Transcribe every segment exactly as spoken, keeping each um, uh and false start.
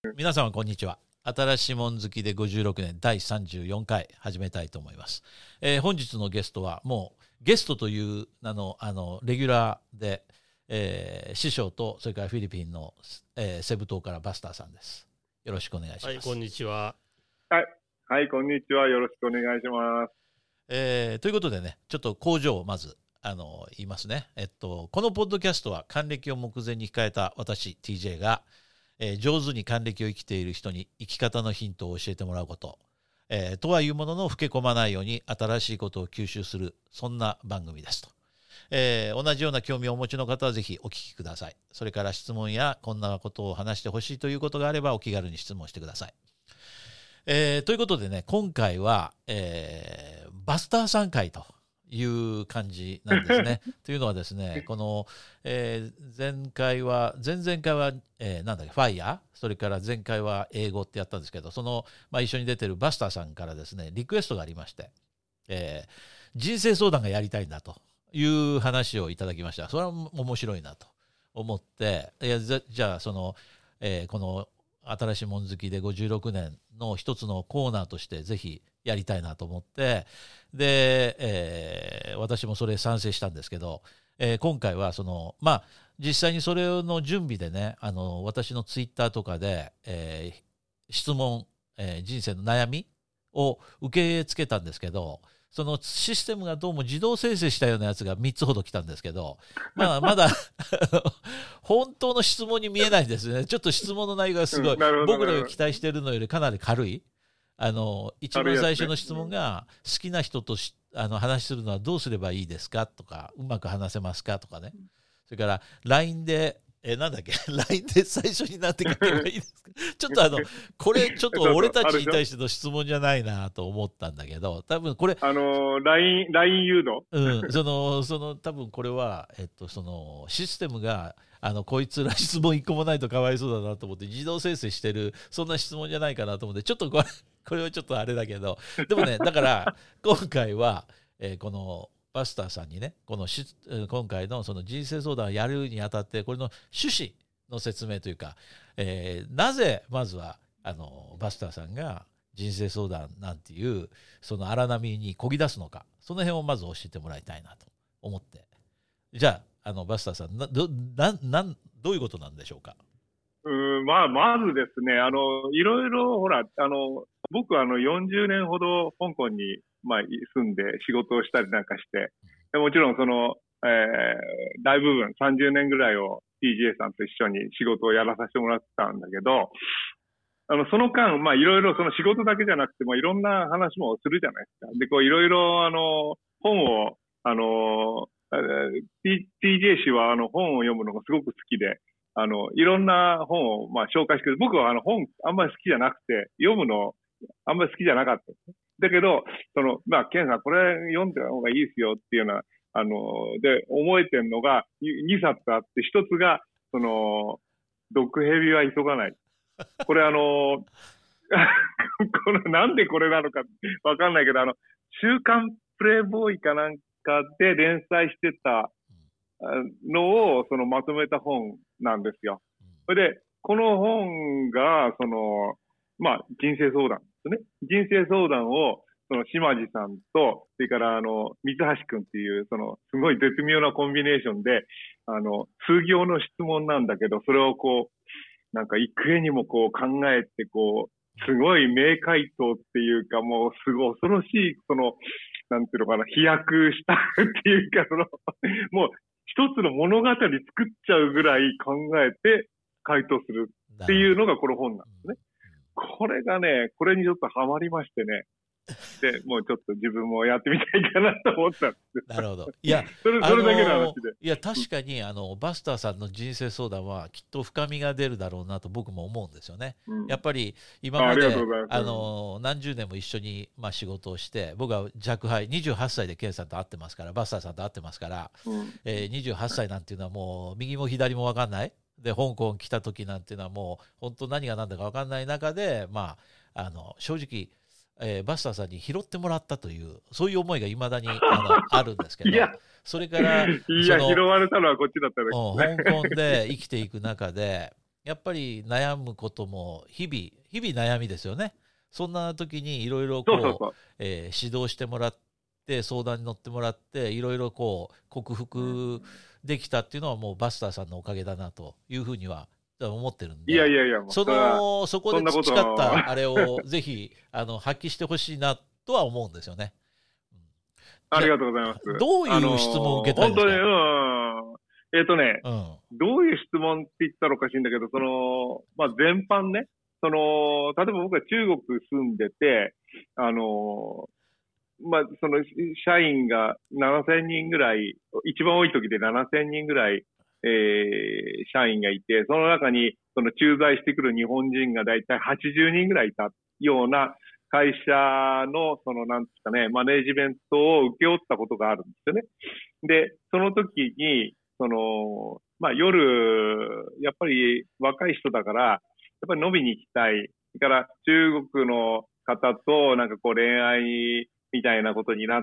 皆様こんにちは。新しいもん好きでごじゅうろくねんだいさんじゅうよんかい始めたいと思います。えー、本日のゲストはもうゲストという名のあのレギュラーで、えー、師匠とそれからフィリピンの、えー、セブ島からバスターさんです。よろしくお願いします。 はい、こんにちは。 はい、はい、こんにちは。よろしくお願いします。 えー、ということでね、ちょっと工場をまずあの言いますね。えっとこのポッドキャストは還暦を目前に控えた私 ティージェー がえー、上手に還暦を生きている人に生き方のヒントを教えてもらうこと、えー、とはいうものの老け込まないように新しいことを吸収する、そんな番組ですと、えー、同じような興味をお持ちの方はぜひお聞きください。それから質問やこんなことを話してほしいということがあればお気軽に質問してください。えー、ということでね、今回は、えー、バスターさん会という感じなんですね。というのはですね、この、えー、前回は前々回は、えー、なんだっけファイヤー、それから前回は英語ってやったんですけど、その、まあ、一緒に出てるバスターさんからですねリクエストがありまして、えー、人生相談がやりたいんだという話をいただきました。それは面白いなと思って、いやじゃあその、えー、この新しいもん好きでごじゅうろくねんの一つのコーナーとしてぜひやりたいなと思って、で、えー、私もそれ賛成したんですけど、えー、今回はそのまあ実際にそれの準備でね、あの私のツイッターとかで、えー、質問、えー、人生の悩みを受け付けたんですけど、そのシステムがどうも自動生成したようなやつがみっつほど来たんですけど、まあ、まだ本当の質問に見えないんですね。ちょっと質問の内容がすごい、うん、僕らが期待しているのよりかなり軽い。あの一番最初の質問が、好きな人としあの話するのはどうすればいいですかとか、うまく話せますかとかね、それから ライン でえなんだっけ ライン で最初になって書けばいいですかちょっとあのこれちょっと俺たちに対しての質問じゃないなと思ったんだけど、多分これあの ライン ライン 誘導、 うん、そのその多分これはえっとそのシステムがあのこいつら質問いっこもないとかわいそうだなと思って自動生成してる、そんな質問じゃないかなと思って、ちょっとこれこれはちょっとあれだけど、でもねだから今回は、えー、このバスターさんにね、このし今回のその人生相談をやるにあたってこれの趣旨の説明というか、えー、なぜまずはあのバスターさんが人生相談なんていうその荒波にこぎ出すのか、その辺をまず教えてもらいたいなと思って、じゃあ、あのバスターさんなどななんどういうことなんでしょうか。 うーん、まあ、まずですね、あのいろいろほらあの僕はあのよんじゅうねんほど香港に、まあ、住んで仕事をしたりなんかして、でもちろんその、えー、大部分さんじゅうねんぐらいを ティージェー さんと一緒に仕事をやらさせてもらってたんだけど、あのその間、まあいろいろその仕事だけじゃなくてもいろんな話もするじゃないですか。で、こういろいろあの本を、あの、ティージェー 氏はあの本を読むのがすごく好きで、あの、いろんな本をまあ紹介してくれる。僕はあの本あんまり好きじゃなくて、読むのあんまり好きじゃなかったですね。だけど、その、まあ、ケンさんこれ読んでた方がいいですよっていうような、あの、で、思えてるのがにさつあって、ひとつが、その、毒蛇は急がない。これあの、これなんでこれなのかわかんないけど、あの、週刊プレイボーイかなんかで連載してたのを、そのまとめた本なんですよ。それで、この本が、その、まあ、人生相談ですね。人生相談を、その島地さんと、それからあの、三橋くんっていう、その、すごい絶妙なコンビネーションで、あの、数行の質問なんだけど、それをこう、なんか幾重にもこう考えて、こう、すごい名回答っていうか、もうすごい恐ろしい、その、なんていうのかな、飛躍したっていうか、その、もう一つの物語作っちゃうぐらい考えて回答するっていうのがこの本なんですね。これがね、これにちょっとハマりましてね。で、もうちょっと自分もやってみたいかなと思ったんです。 なるほど。いや、 それ、それだけの話で。 いや、確かに、あの、バスターさんの人生相談はきっと深みが出るだろうなと僕も思うんですよね。うん、やっぱり、今まで、あ, あの、何十年も一緒に、まあ、仕事をして、僕は若輩、にじゅうはっさいでケンさんと会ってますから、バスターさんと会ってますから、うん、えー、にじゅうはっさいなんていうのはもう、右も左も分かんない。で、香港来た時なんていうのはもう、本当何が何だか分かんない中で、まあ、あの、正直、えー、バスターさんに拾ってもらったというそういう思いがいまだにあのあるんですけど、 いやそれからいや拾われたのはこっちだったね、 うん、香港で生きていく中でやっぱり悩むことも日々日々悩みですよね。そんな時にいろいろこう、 そうそうそう、 えー指導してもらって相談に乗ってもらっていろいろこう克服できたっていうのはもうバスターさんのおかげだなというふうには思ってるんいやいで、 やいや、もうそそれはのそこでそんなこと培ったあれをぜひあの発揮してほしいなとは思うんですよね。うんありがとうございます。 どういう質問を受けたいですか？ あのー本当に、うん。えっ、とね、 うん、 どういう質問って言ったらおかしいんだけど、その、まあ、全般ね、その、例えば僕は中国住んでて、あのーまあ、その、社員がななせんにんぐらい、一番多い時でななせんにんぐらい、えー社員がいて、その中に、その駐在してくる日本人がだいたいはちじゅうにんぐらいいたような会社の、その、なんですかね、マネージメントを請け負ったことがあるんですよね。で、その時に、その、まあ夜、やっぱり若い人だから、やっぱり飲みに行きたい。それから中国の方となんかこう恋愛みたいなことになって、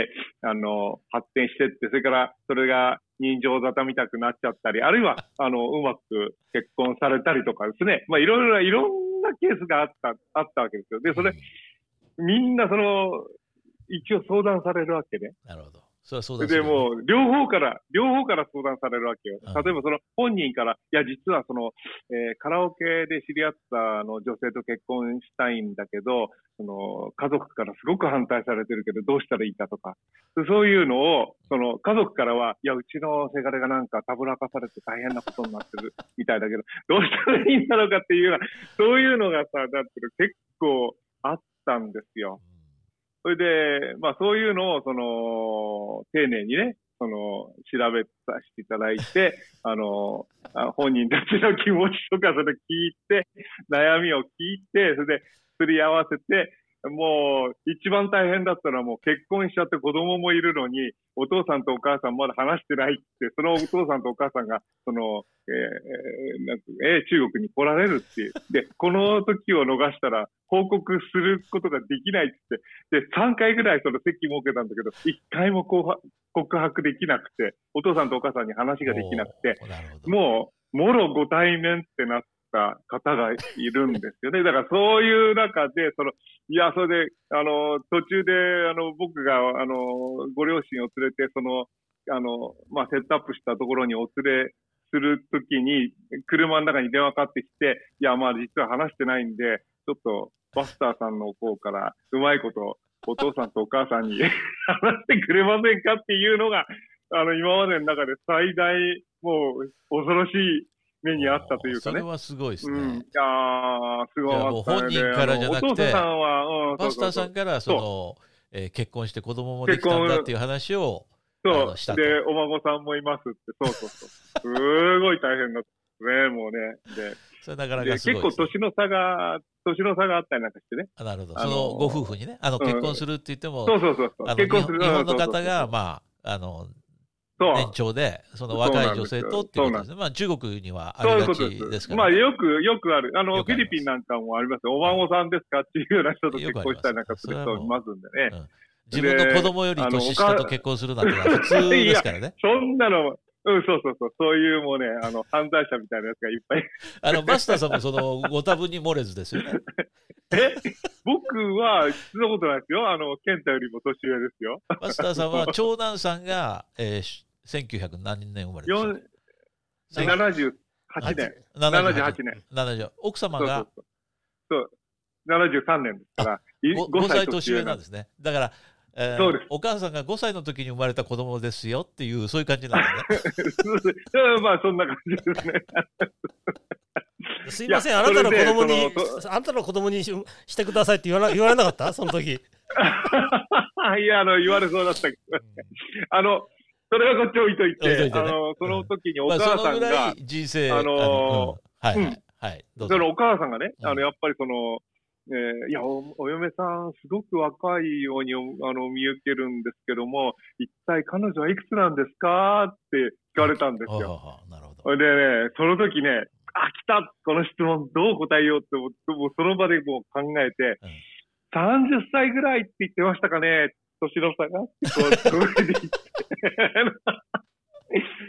あの、発展してって、それからそれが人情沙汰みたくなっちゃったり、あるいは、あの、うまく結婚されたりとかですね。まあいろいろな、いろんなケースがあった、あったわけですよ。で、それ、みんなその、一応相談されるわけね。 なるほど。それは相談すで、 る、ね、 もう、両方から、両方から相談されるわけよ。 うん例えば、その本人から、いや、実はその、えーカラオケで知り合ったあの女性と結婚したいんだけど、その、家族からすごく反対されてるけど、どうしたらいいかとか、そういうのを、その、家族からは、いや、うちのせがれがなんかたぶらかされて大変なことになってるみたいだけど、どうしたらいいんだろうかっていうような、そういうのがさ、だって結構あったんですよ。それで、まあそういうのを、その、丁寧にね、その、調べさせていただいて、あの、あ本人たちの気持ちとか、それ聞いて、悩みを聞いて、それで、すり合わせて、もう、一番大変だったのはもう結婚しちゃって子供もいるのに、お父さんとお母さんまだ話してないって、そのお父さんとお母さんが、その、えーなんかえー中国に来られるっていう。で、この時を逃したら報告することができないって言って、で、さんかいぐらいその席設けたんだけど、いっかいもこう告白できなくて、お父さんとお母さんに話ができなくて、 なるほど。 もう、もろご対面ってなった方がいるんですよね。だからそういう中で、その、いや、それで、あの、途中で、あの、僕が、あの、ご両親を連れて、その、あの、まあ、セットアップしたところにお連れするときに、車の中に電話かかってきて、いや、まあ、実は話してないんで、ちょっと、バスターさんの方から、うまいこと、お父さんとお母さんに話してくれませんかっていうのが、あの、今までの中で最大、もう、恐ろしい目にあったというかね。 それはすごいですね。 うん。いやー、すごかったね。 じゃあもう本人からじゃなくてお父さんは、うん、 バスターさんからその、えー結婚して子供もできたんだっていう話をそうしたと。 で、お孫さんもいますって、そうそうそう。すごい大変だったね、もうね。で、 それなかなでかすごい結構ですね、 年の差が、年の差があったりなんかしてね。 あなるほど。 あのーそのご夫婦にね、あのうん結婚するって言っても、 そうそうそうそう。 あの結婚する日本日本のうんそうそうそう方が、まあ、あの、 そう年長で、その若い女性とっていうことですね。まあ中国にはあそういうりがちことです。 ですから、ね。 まあよく、よくある。あの、 よくありますフィリピンなんかもありますよ。お孫さんですかっていうような人と結よくあります婚したりなんかする人いますんでね。 うん自分の子供より年下と結婚するなんてのは普通ですからね。 そんなの、うん、そうそうそう、そういうもうね、あの、犯罪者みたいなやつがいっぱい。 あの、バスターさんもその、ご多分に漏れずですよね。 え僕は、そんなことないですよ。あの、健太よりも年上ですよ。 バスターさんは、長男さんが、えー、せんきゅうひゃく何年生まれでしたななじゅうはちねん。ななじゅうはちねん。 ななじゅう奥様がそうそうそうそうななじゅうさんねんですから、 ごご, ごさい年上なんですね。だから、えーそうです。 お母さんがごさいの時に生まれた子供ですよっていう、そういう感じなんですね。 まあ、そんな感じですね。 すいません、あなたの子供に、あなたの子供にししてくださいって言わな言われなかったその時。 いや、あの、言われそうだったけど、あの、それはこっち置いといて、 置いといてねあの、その時におまあ、 母さんそのぐらが、 い人生、 あのーうんはいはい、 うんはい、どうぞそのお母さんがね、 うんあの、やっぱりその、えーいやお、お嫁さん、すごく若いようにおあの見受けるんですけども、一体彼女はいくつなんですかって聞かれたんですよ。 ああなるほど。 それでね、その時ね、あ、来たこの質問どう答えようって思って、もうその場でもう考えて、 うんさんじゅっさいぐらいって言ってましたかね、年の差がってこう、それで言って。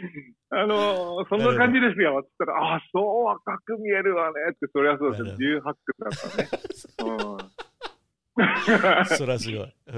あの、そんな感じですよ。つったら、ああ、そう若く見えるわねって、そりゃそうですよ。じゅうはち区だったね。うん、 そりゃすごい。うん、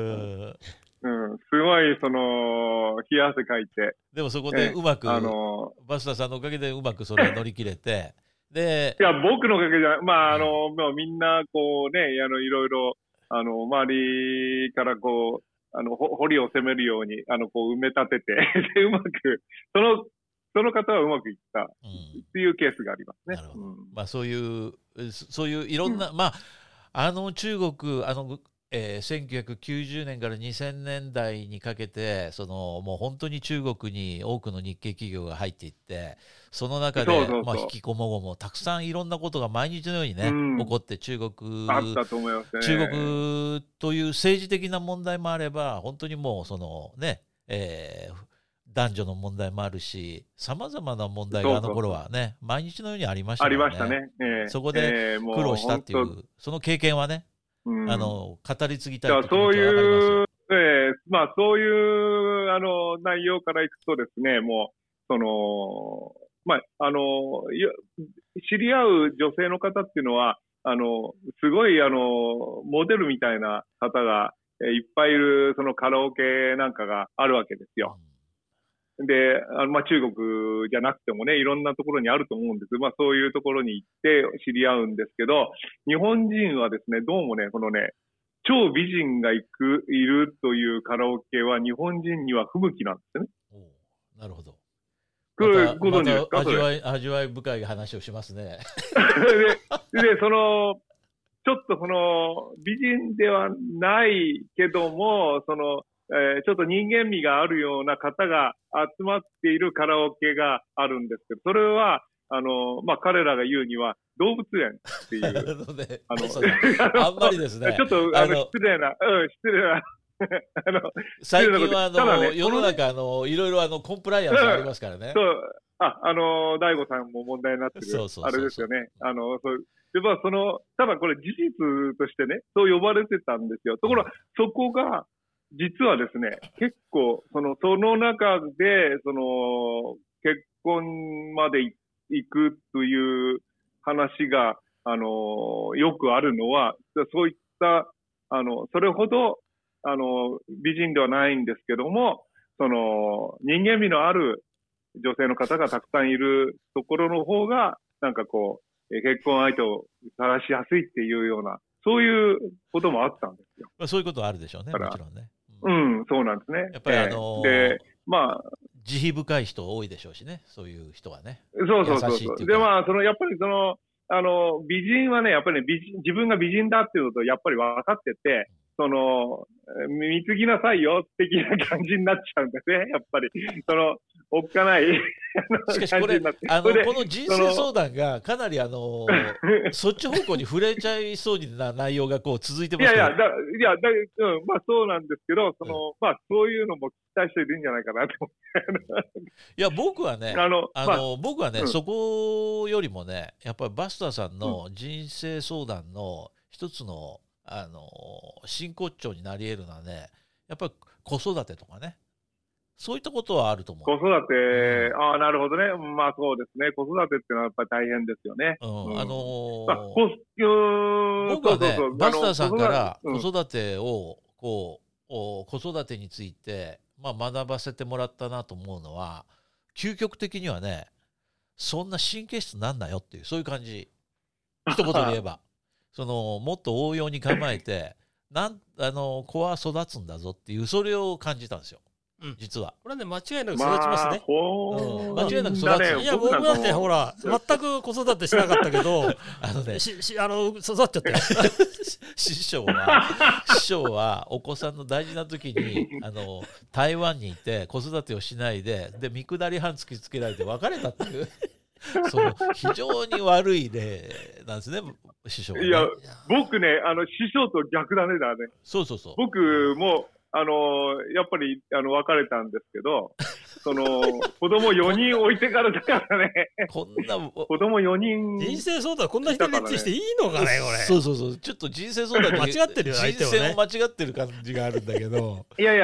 うん、すごい、その、冷や汗かいて。 でもそこでうまく、 あのー、 バスターさんのおかげでうまくそれを乗り切れて、で、 いや、僕のおかげじゃない。まあ、あの、まあ、みんな、こうね、あの、いろいろ、あの、周りからこう、あの、堀を攻めるように、あの、こう、埋め立てて、で、うまく、その、その方はうまくいったっていうケースがありますね。 なるほど。 うん、 まあ、そういう、そういういろんな、うん、まあ、あの中国、あの、えー、せんきゅうひゃくきゅうじゅうねんからにせんねんだいにかけて、そのもう本当に中国に多くの日系企業が入っていって、その中でそうそうそう、 まあ、引きこもごもたくさんいろんなことが毎日のようにね、うん、起こって、中国、 あったと思いますね。 中国という政治的な問題もあれば、本当にもうそのね、えー男女の問題もあるし、さまざまな問題があの頃はね、そうそうそう、毎日のようにありましたよね。 ありましたね。えー、 そこで苦労したっていう、えー、その経験はね、うん、あの語り継ぎたいという気持ちは分かりますよ。 えー、まあそういうあの内容からいくとですね、もうそのまああの知り合う女性の方っていうのはあのすごいあのモデルみたいな方がいっぱいいるそのカラオケなんかがあるわけですよ。で、あのまあ、中国じゃなくてもね、いろんなところにあると思うんです。まあ、そういうところに行って知り合うんですけど、日本人はですね、どうもね、このね、超美人が行く、いるというカラオケは日本人には不向きなんですよね。 お、なるほど。 これ、ご存知ですか？ また味わい、味わい深い話をしますね。 で、で、その、ちょっとその、美人ではないけども、その、えー、ちょっと人間味があるような方が集まっているカラオケがあるんですけど、それは、あの、まあ、彼らが言うには、動物園っていう。 あの、あんまりですね。 ちょっと、あの、失礼な、うん、失礼な。 あの最近は、あの、ね、世の中、あの、いろいろ、あの、コンプライアンスありますからね。 そう。あ、あの、大悟さんも問題になってる。そうそうそうそう、あれですよね。あの、そう。で、まあ、その、ただこれ事実としてね、そう呼ばれてたんですよ。ところが、そこが、実はですね、結構、その、その中で、その、結婚まで行くという話が、あの、よくあるのは、そういった、あの、それほど、あの、美人ではないんですけども、その、人間味のある女性の方がたくさんいるところの方が、なんかこう、結婚相手を探しやすいっていうような、そういうこともあったんですよ。 まあ、そういうことはあるでしょうね、もちろんね。 うん、うん、そうなんですね。 やっぱりあのー、 で、まあ、 慈悲深い人多いでしょうしね、そういう人はね。 そうそうそうそう。で、まあ、その、やっぱりその、あの、美人はね、やっぱり、ね、美人、自分が美人だっていうことをやっぱり分かってて、その、貢ぎなさいよ、的な感じになっちゃうんですね、やっぱり。その、おっかない。 しかしこれ、あの、この人生相談がかなりあの、そっち方向に触れちゃいそうな内容がこう続いてますけど。 いやいや、だ、いや、だ、うん、まあそうなんですけど、その、うん、まあそういうのも期待しているんじゃないかなと思って。 いや、僕はね、あの、あのまあ、僕はね、うん、そこよりもね、やっぱりバスターさんの人生相談の一つの、あの真骨頂になり得るのはね、やっぱり子育てとかね、そういったことはあると思う。 子育て、うん、ああ、なるほどね。まあそうですね。子育てっていうのはやっぱり大変ですよね。 うん、あのーまあ、 僕はね、そうそうそう、バスターさんから子育てを、こう、子育てについて、まあ、学ばせてもらったなと思うのは、究極的にはね、そんな神経質になんなよっていう、そういう感じ。一言で言えば。そのもっと応用に構えてなんあの子は育つんだぞっていうそれを感じたんですよ、うん、実はこれはね間違いなく育ちますね、 まあうん、間違いなく育つ、 ね、いや僕だってほら全く子育てしなかったけどあのねししあの育っちゃって師匠は師匠はお子さんの大事な時にあの台湾にいて子育てをしないでで見下り半突きつけられて別れたっていうその非常に悪い例なんですね、師匠は、ね。 いや、僕ね、あの師匠と逆だねだね。 そうそうそう。 僕もあのやっぱりあの別れたんですけど、その子供よにん置いてからだからね。 こんな子供よにん。 人生相談こんな人にしていいのかねこれ。 そうそうそう。ちょっと人生相談間違ってるよ相手はね。 人生を間違ってる感じがあるんだけど。 いやいや。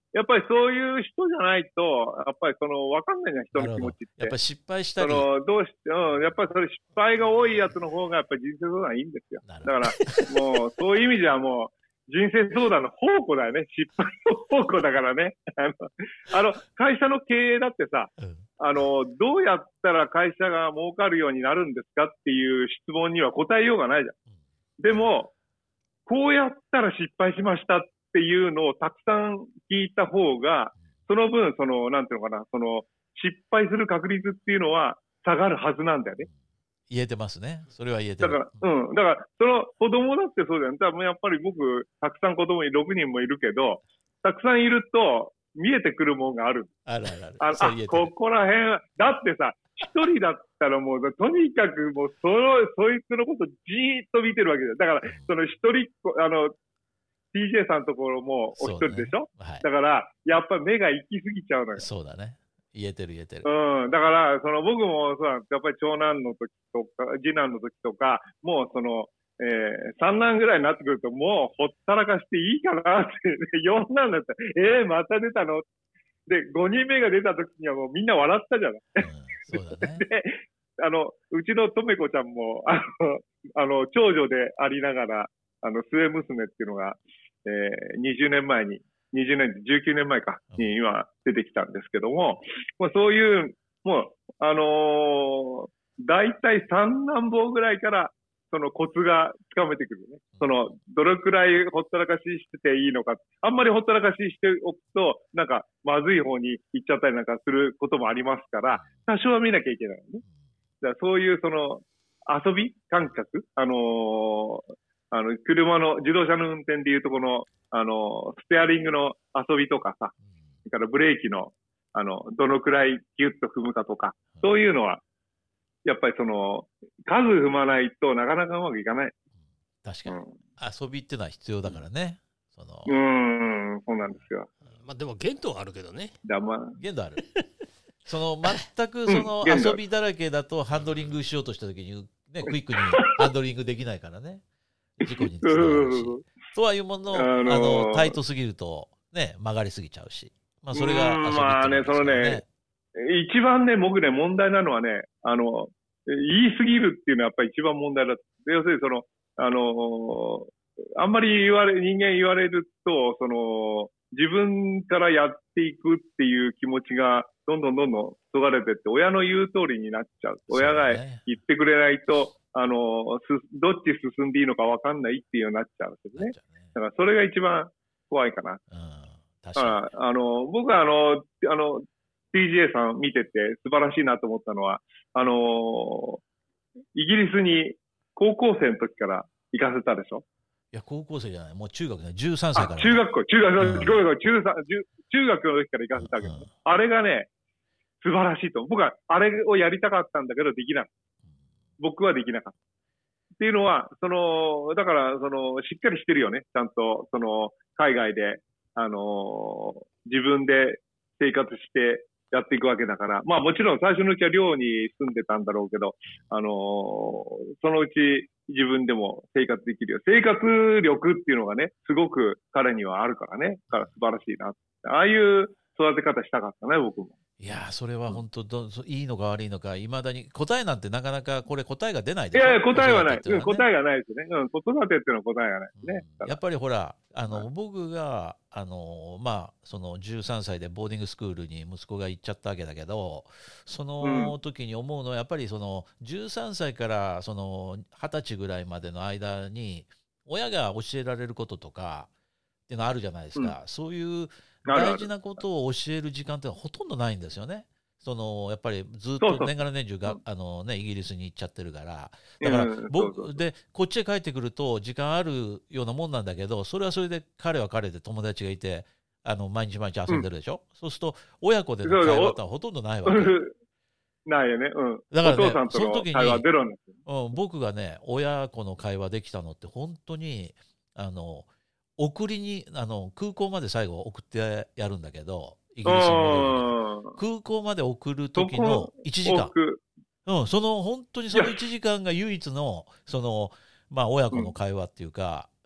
やっぱりそういう人じゃないと、やっぱりその分かんないな、人の気持ちって。 やっぱり失敗したり。 そのどうして、うん、やっぱりそれ失敗が多いやつの方がやっぱり人生相談いいんですよ。だから、もうそういう意味ではもう人生相談の宝庫だよね。失敗の宝庫だからね。あの、あの会社の経営だってさ、うん、あの、どうやったら会社が儲かるようになるんですかっていう質問には答えようがないじゃん。うん、でも、こうやったら失敗しましたっていうのをたくさん聞いた方が、その分、その、なんていうのかな、その、失敗する確率っていうのは下がるはずなんだよね。 言えてますね。それは言えてる。 だから、うん。だから、その子供だってそうだよね。だからやっぱり僕、たくさん子供にろくにんもいるけど、たくさんいると見えてくるもんがある。 あるあるある。 あ、あここら辺は、だってさ、一人だったらもう、とにかくもう、その、そいつのことじーっと見てるわけだよ。だから、その一人っ子、あの、ティージェー さんのところもお一人でしょ、ね、はい、だから、やっぱり目が行き過ぎちゃうのよ。 そうだね。言えてる言えてる。 うん。だから、その僕もそうなんです。やっぱり長男の時とか、次男の時とか、もうその、えー、三男ぐらいになってくると、もうほったらかしていいかなって、四男だったら、えー、また出たので、五人目が出た時にはもうみんな笑ったじゃない。 うん、そうだね。 で、あの、うちのとめこちゃんも、あの、あの、長女でありながら、あの、末娘っていうのが、えー、にじゅうねんまえに、にじゅうねん、じゅうきゅうねんまえか、に今出てきたんですけども、もうそういう、もう、あのー、大体三男坊ぐらいから、そのコツがつかめてくるね。その、どれくらいほったらかししてていいのか。あんまりほったらかししておくと、なんか、まずい方に行っちゃったりなんかすることもありますから、多少は見なきゃいけないよね。だからそういう、その、遊び感覚あのー、あの、車の、自動車の運転でいうとこの、あの、ステアリングの遊びとかさ、それからブレーキの、あの、どのくらいギュッと踏むかとか、そういうのは、やっぱりその、数踏まないとなかなかうまくいかない。 確かに。うん、遊びってのは必要だからね。そのうーん、そうなんですよ。 まあでも限度はあるけどね。 だまあ、 限度ある。その、全くその遊びだらけだとハンドリングしようとしたときに、ね、クイックにハンドリングできないからね。事故につながるし。とはいうものの、あのー、あのタイトすぎると、ね、曲がりすぎちゃうし。まあ、それが遊びってことですよね。まあね、そのね、 一番ね、僕ね、問題なのはね、あの、言いすぎるっていうのはやっぱり一番問題だ。要するにその、あの、あんまり言われ、人間言われると、その、自分からやっていくっていう気持ちが、どんどんどんどんそがれてって、親の言う通りになっちゃう。ね、親が言ってくれないと、あの、す、どっち進んでいいのか分かんないっていうようになっちゃうんですね。だからそれが一番怖いかな。うん、確かに。あ、あの、僕はあの、あの、ティージェー さん見てて素晴らしいなと思ったのは、あの、イギリスに高校生の時から行かせたでしょ？ いや、高校生じゃない。もう中学ね、じゅうさんさいから、ね。 中学校、中学、うん、中学の時から行かせたけど、うん、あれがね、素晴らしいと。僕はあれをやりたかったんだけどできなかった。僕はできなかった。っていうのは、その、だから、その、しっかりしてるよね。ちゃんと、その、海外で、あの、自分で生活してやっていくわけだから、まあもちろん最初のうちは寮に住んでたんだろうけど、あの、そのうち自分でも生活できるよ。生活力っていうのがね、すごく彼にはあるからね。だから素晴らしいな。ああいう育て方したかったね、僕も。 いやー、それは本当ど、いいのか悪いのか、いまだに答えなんてなかなかこれ答えが出ないでしょ。 いやいや、答えはない。ね、うん、答えがないですね。うん、子育てっていうのは答えがないですね。 うん、やっぱりほら、あの、はい、僕が、あの、まあ、そのじゅうさんさいでボーディングスクールに息子が行っちゃったわけだけど、その時に思うのは、やっぱりそのじゅうさんさいからそのはたちぐらいまでの間に、親が教えられることとかっていうのあるじゃないですか。うん、そういう大事なことを教える時間ってほとんどないんですよね。そのやっぱりずっと年がら年中があの、ね、イギリスに行っちゃってるから、だから僕でこっちへ帰ってくると時間あるようなもんなんだけど、それはそれで彼は彼で友達がいて、あの毎日毎日遊んでるでしょ、うん、そうすると親子での会話ってほとんどないわけ。 ないよね、うん。 だからね、 お父さんとの会話ゼロになってる。 うん、僕がね、親子の会話できたのって本当にあの送りにあの空港まで最後送ってやるんだけど、イギリスに戻る空港まで送る時のいちじかん、うん、その本当にそのいちじかんが唯一のそのまあ親子の会話っていうか、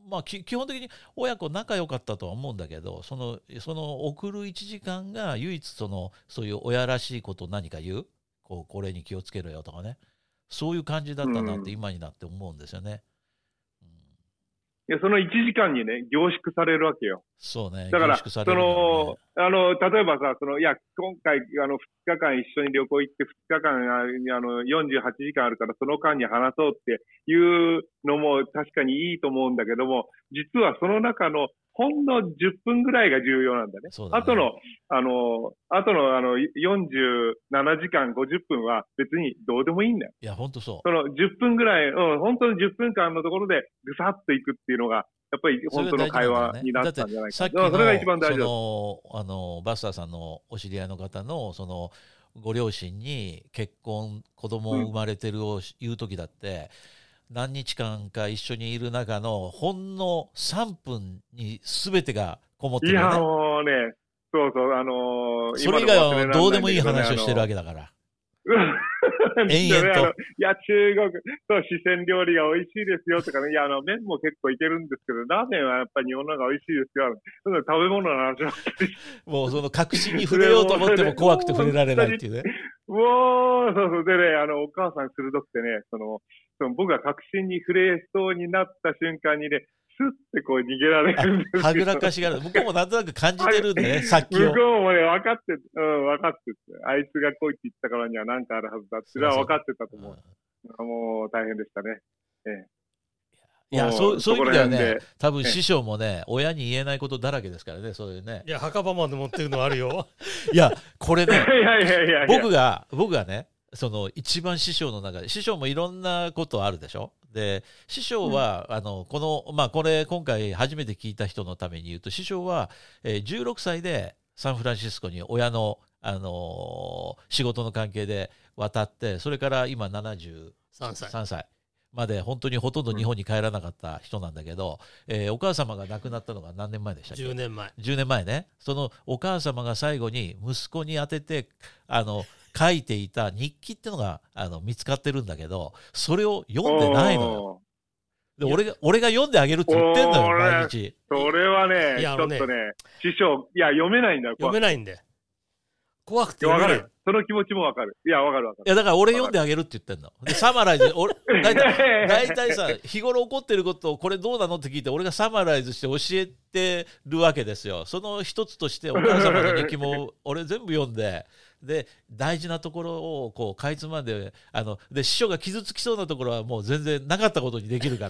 まあ、基本的に親子仲良かったとは思うんだけど、そのその送るいちじかんが唯一そのそういう親らしいことを何か言う、こうこれに気をつけろよとかね、そういう感じだったなって今になって思うんですよね。うん、いや、そのいちじかんにね、凝縮されるわけよ。 そうね。 だから、 凝縮されるんだろうね、 その、あの、例えばさ、その、いや、今回、あの、ふつかかん一緒に旅行行って、ふつかかん、ああの、よんじゅうはちじかんあるから、その間に話そうっていうのも確かにいいと思うんだけども、実はその中の、ほんのじゅっぷんぐらいが重要なんだね。 そうだね。 あとの、あの、あとの、あの、よんじゅうななじかん、ごじゅっぷんは別にどうでもいいんだよ。 いや、ほんとそう。 そのじゅっぷんぐらい、うん、本当にじゅっぷんかんのところでぐさっといくっていうのが、やっぱり本当の会話になったんじゃないか。 さっきのそれが一番大事だ。 その、あの、バスターさんのお知り合いの方の、その、ご両親に結婚、子供生まれてるを言うときだって、うん、何日間か一緒にいる中のほんのさんぷんに全てがこもってるよね。 いや、もうね、そうそう、あのー、 それ以外はどうでもいい話をしてるわけだから。延々と。 いや、中国、そう、四川料理が美味しいですよとかね、いや、あの、麺も結構いけるんですけど、ラーメンはやっぱり日本の方が美味しいですよ。その食べ物の話ばっかり。 もうその確信に触れようと思っても怖くて触れられないっていうね。 もう、そうそう。でね、あの、お母さん鋭くてね、その、その僕が確信に触れそうになった瞬間にね、スッてこう逃げられるんですよ。 はぐらかしがある。向こうもなんとなく感じてるんでね、さっきを。 向こうもね、分かって、うん、分かってて、あいつが来いって言ったからには何かあるはずだっていうのは分かってたと思う。そうそう、もう大変でしたね。ええ、 いや、そう、そういう意味ではね、多分師匠もね、親に言えないことだらけですからね、そういうね。 いや、墓場まで持ってるのあるよ。 いや、これね、 いやいやいやいや、 僕が、僕がね、その一番師匠の中で、師匠もいろんなことあるでしょ。で、師匠は、うん、あの、この、まあ、これ、今回初めて聞いた人のために言うと、師匠は、えー、じゅうろくさいでサンフランシスコに親の、あのー、仕事の関係で渡って、それから今ななじゅうさんさいまで本当にほとんど日本に帰らなかった人なんだけど、うん、えー、お母様が亡くなったのが何年前でしたっけ？ じゅうねんまえ。 じゅうねんまえね。そのお母様が最後に息子に宛てて、あの、書いていた日記っていうのがあの見つかってるんだけど、それを読んでないのよ。で、俺が、俺が読んであげるって言ってんのよ、毎日。 それはね、ちょっとね、師匠、いや、読めないんだよ。 読めないんで。怖くて読めない。 その気持ちもわかる。いや、わかるわかる。 いや、だから俺読んであげるって言ってんの。で、サマライズ、俺、だいたい、だいたいさ、日頃起こってることをこれどうなのって聞いて、俺がサマライズして教えてるわけですよ。その一つとして、お母様の日記も俺全部読んで、で、大事なところをこう、かいつまんで、あの、で、師匠が傷つきそうなところはもう全然なかったことにできるから。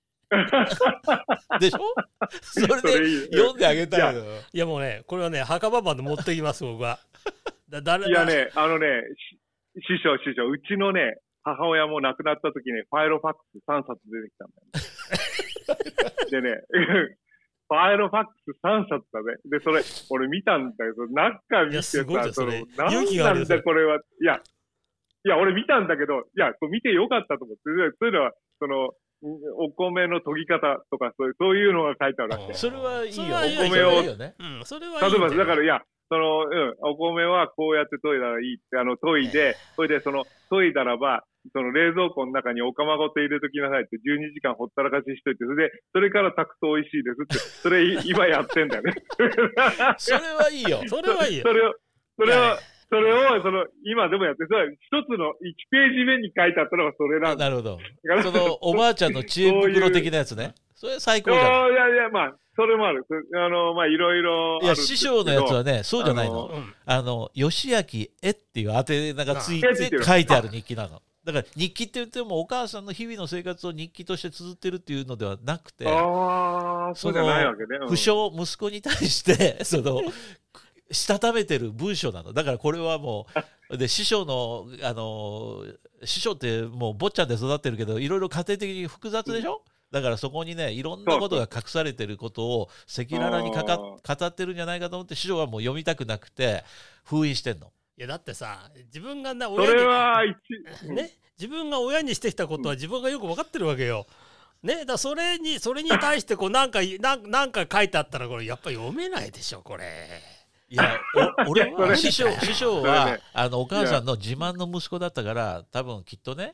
でしょ？それで読んであげたいの。 いやもうね、これはね、墓場まで持ってきます、僕は。 だ誰いやね、あのね、師匠、師匠、うちのね、母親も亡くなった時ね、ファイロファックスさんさつ出てきたんだよ、ね。でね、ファイロファックスさんさつだね。で、それ、俺見たんだけど、中見てさ、 その、 何なんだこれは。いや、いや、俺見たんだけど、いや、これ見てよかったと思って。そういうのは、その、お米の研ぎ方とか、そういう、そういうのが書いてあるわけ。 それはいいよ。 お米を、 ね、うん、それはいい。 例えば、だから、いや、その、うん、お米はこうやって研いだらいいって、あの、研いで、それで、その、研いだらば、その冷蔵庫の中にお釜ごと入れときなさいってじゅうにじかんほったらかししといて、それで、それから炊くと美味しいですって、それ今やってんだよね。 それはいいよ。 それはいいよ。 それを、それを、それを、その、今でもやって、それは一つのいちページ目に書いてあったのがそれなんだ。 なるほど。その、おばあちゃんの知恵袋的なやつね。それ最高じゃん。 いやいや、まあ、それもある。あの、まあ、いろいろ。 いや、師匠のやつはね、そうじゃないの。あの、吉明絵っていう宛名がついて書いてある日記なの。だから日記って言ってもお母さんの日々の生活を日記として綴ってるっていうのではなくて、 あそうじゃないわけね。 不詳息子に対してそのしたためてる文章なの。だからこれはもうで師匠のあの師匠ってもう坊ちゃんで育ってるけどいろいろ家庭的に複雑でしょ。だからそこにねいろんなことが隠されてることを赤裸々にかか語ってるんじゃないかと思って師匠はもう読みたくなくて封印してんの。 いやだってさ自分がな親にそれは一ね自分が親にしてきたことは自分がよく分かってるわけよ。ねだそれにそれに対してこうなんかなんなんか書いてあったらこれやっぱり読めないでしょこれ。 いや俺は師匠師匠はあのお母さんの自慢の息子だったから多分きっとね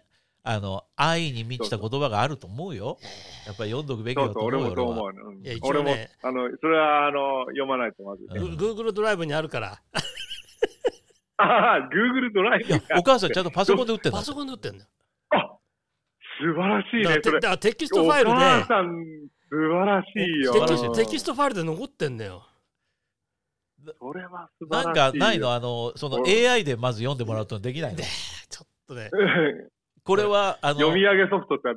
あの愛に満ちた言葉があると思うよ。やっぱり読んどくべきだと思うよ。 そうそう、俺もそう思う、うん、俺もあのそれはあの読まないとまず、ね、 うん、Google ドライブにあるからああ Google ドライブ。 いやお母さんちゃんとパソコンで打ってんだ。 パソコンで打ってんだよ。 あ、素晴らしいね。それだからテキストファイルで。お母さん素晴らしいよ。 テキ、テキストファイルで残ってんだよ。 それは素晴らしいよ。 なんかないの、あのその エーアイ でまず読んでもらうとできないの。 ちょっとね。 これはあの読み上げソフトってある。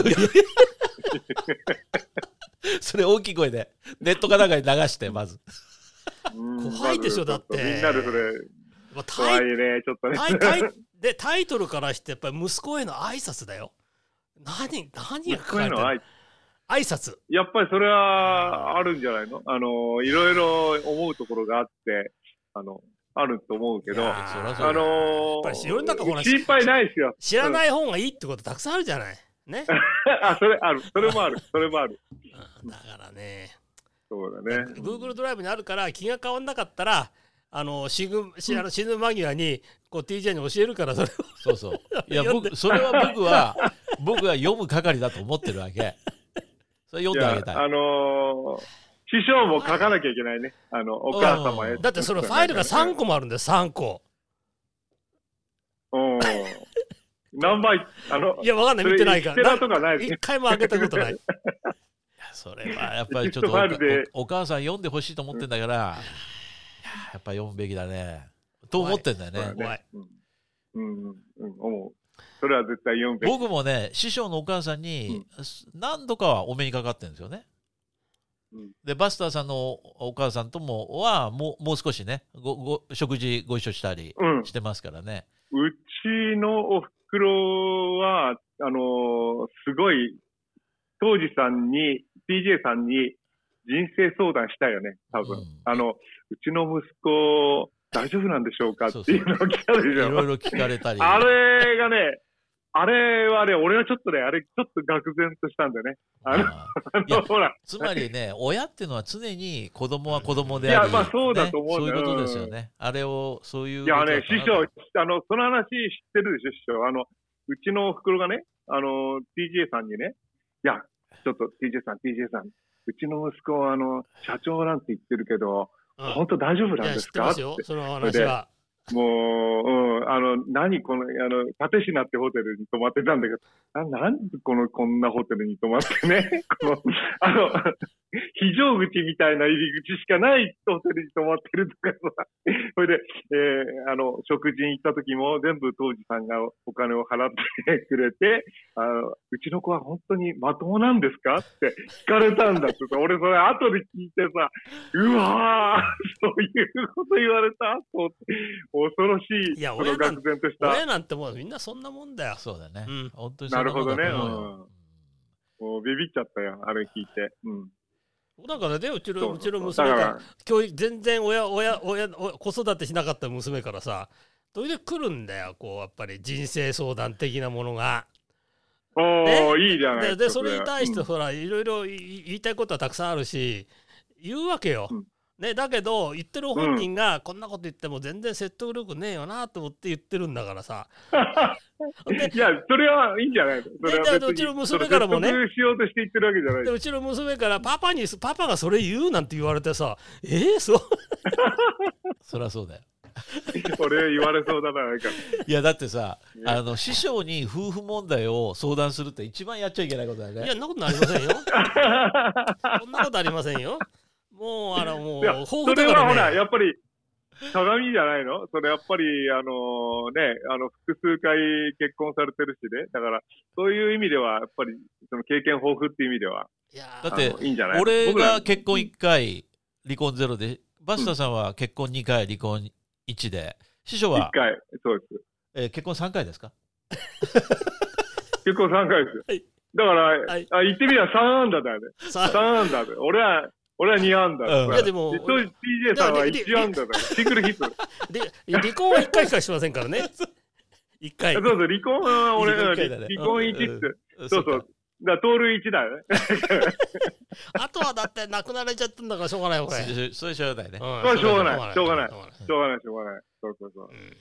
それ大きい声でネットかなんかに流してまず。 怖いでしょだって。 みんなでそれ。まあ、怖いねちょっとね。 タイタイでタイトルからしてやっぱり息子への挨拶だよ。何何が書かれてるの？挨拶。やっぱりそれはあるんじゃないの？あのいろいろ思うところがあってあの。あると思うけど、あのー、 世の中ほら心配ないですよ。 知らない方がいいってことたくさんあるじゃない。ね。 あ、それある、それもある、それもある。 だからね。 そうだね。 Google ドライブにあるから気が変わんなかったら、あの死ぬ死ぬ死ぬ間際にこう ティージェー に教えるからそれを。 そうそう。いや僕それは僕は僕は読む係だと思ってるわけ。それ読んであげたい。 いあのー。師匠も書かなきゃいけないね。あの、お母様へ。 だってそのファイルがさんこもあるんだよ、さんこ。 うん。何倍あの、 いや、わかんない、見てないから。 とかない一回も開けたことない。いや、 それはやっぱりちょっと お, お母さん読んでほしいと思ってんだから、やっぱ読むべきだね。と思ってんだよね。 怖い。 うん、うん、うん、思う。それは絶対読むべき。 僕もね、師匠のお母さんに何度かはお目にかかってるんですよね。でバスターさんのお母さんともはもう、もう少しねごご食事ご一緒したりしてますからね、 うん、うちのおふくろはあのー、すごい当時さんに ティージェー さんに人生相談したよね多分、うん、あのうちの息子大丈夫なんでしょうかっていうのを聞かれるじゃん。 いろいろ聞かれたりあれがねあれはね、俺はちょっとね、あれちょっと愕然としたんだよね。あの、あのほら。 つまりね、親っていうのは常に子供は子供であり、 いや、まあそうだと思うんだよ、 ね。そういうことですよね。あれを、そういう。 いやね、師匠、あの、その話知ってるでしょ、師匠。あの、うちのおふくろがね、あの、ティージェー さんにね、いや、ちょっと ティージェー さん、ティージェー さん、うちの息子は、あの、社長なんて言ってるけど、うん、本当大丈夫なんですか？ いや、知ってますよ、その話は。 もう、うん、あの、何この、あの、立科ってホテルに泊まってたんだけど、ななんでこの、こんなホテルに泊まってね、この、あの、非常口みたいな入り口しかないホテルに泊まってるとかさ、それで、えー、あの、食事に行った時も全部当時さんがお金を払ってくれて、あの、うちの子は本当にまともなんですかって聞かれたんだってさ、俺それ後で聞いてさ、うわー、そういうこと言われたそう恐ろしい、 いやその愕然とした。 親なんてもうみんなそんなもんだよ。 そうだね。うん、本当になるほどね。うん。もうビビっちゃったよ、あれ聞いて。うん。 だからね、うちのうちの娘が教育全然親親親子育てしなかった娘からさ、それで来るんだよ、こうやっぱり人生相談的なものが。 おお、ね、いいじゃないですか。 で、でそれに対してほら、うん、いろいろ言いたいことはたくさんあるし、言うわけよ。うんね、だけど言ってる本人がこんなこと言っても全然説得力ねえよなと思って言ってるんだからさ。 いやそれはいいんじゃないの。それは別にうちの娘からもね。 説得しようとして言ってるわけじゃない。 でうちの娘からパパにパパがそれ言うなんて言われてさ、えー、そう。 そりゃそうだよ。 俺言われそうだななんか。 いやだってさ、あの師匠に夫婦問題を相談するって一番やっちゃいけないことだよね。 いやそんなことありませんよ。そんなことありませんよ。もうあのもう豊富だからね。それはほらやっぱり鏡じゃないの。それやっぱりあのねあの複数回結婚されてるしね。だからそういう意味ではやっぱりその経験豊富っていう意味では。 いやだっていいんじゃない。俺が結婚いっかい離婚ゼロで、バスタさんは結婚にかい離婚いちで、師匠はいっかいそうです。 えー、結婚さんかいですか？ 結婚さんかいですよ。はい、だから、はい、あ言ってみればさんアンダーだよね。さんアンダーで。俺は俺はにアンダー。 いやでも当時 ティージェー さんはいちアンダーだからシングルヒット。 で離婚はいっかいしかしませんからね。いっかい。 そうそう離婚は俺離婚いちって。そうそう。だ盗塁いちだよね。 あとはだって亡くなれちゃったんだからしょうがないよこれ。 それしょうがないね。 それしょうがない。しょうがない。しょうがないしょうがない。そうそうそう。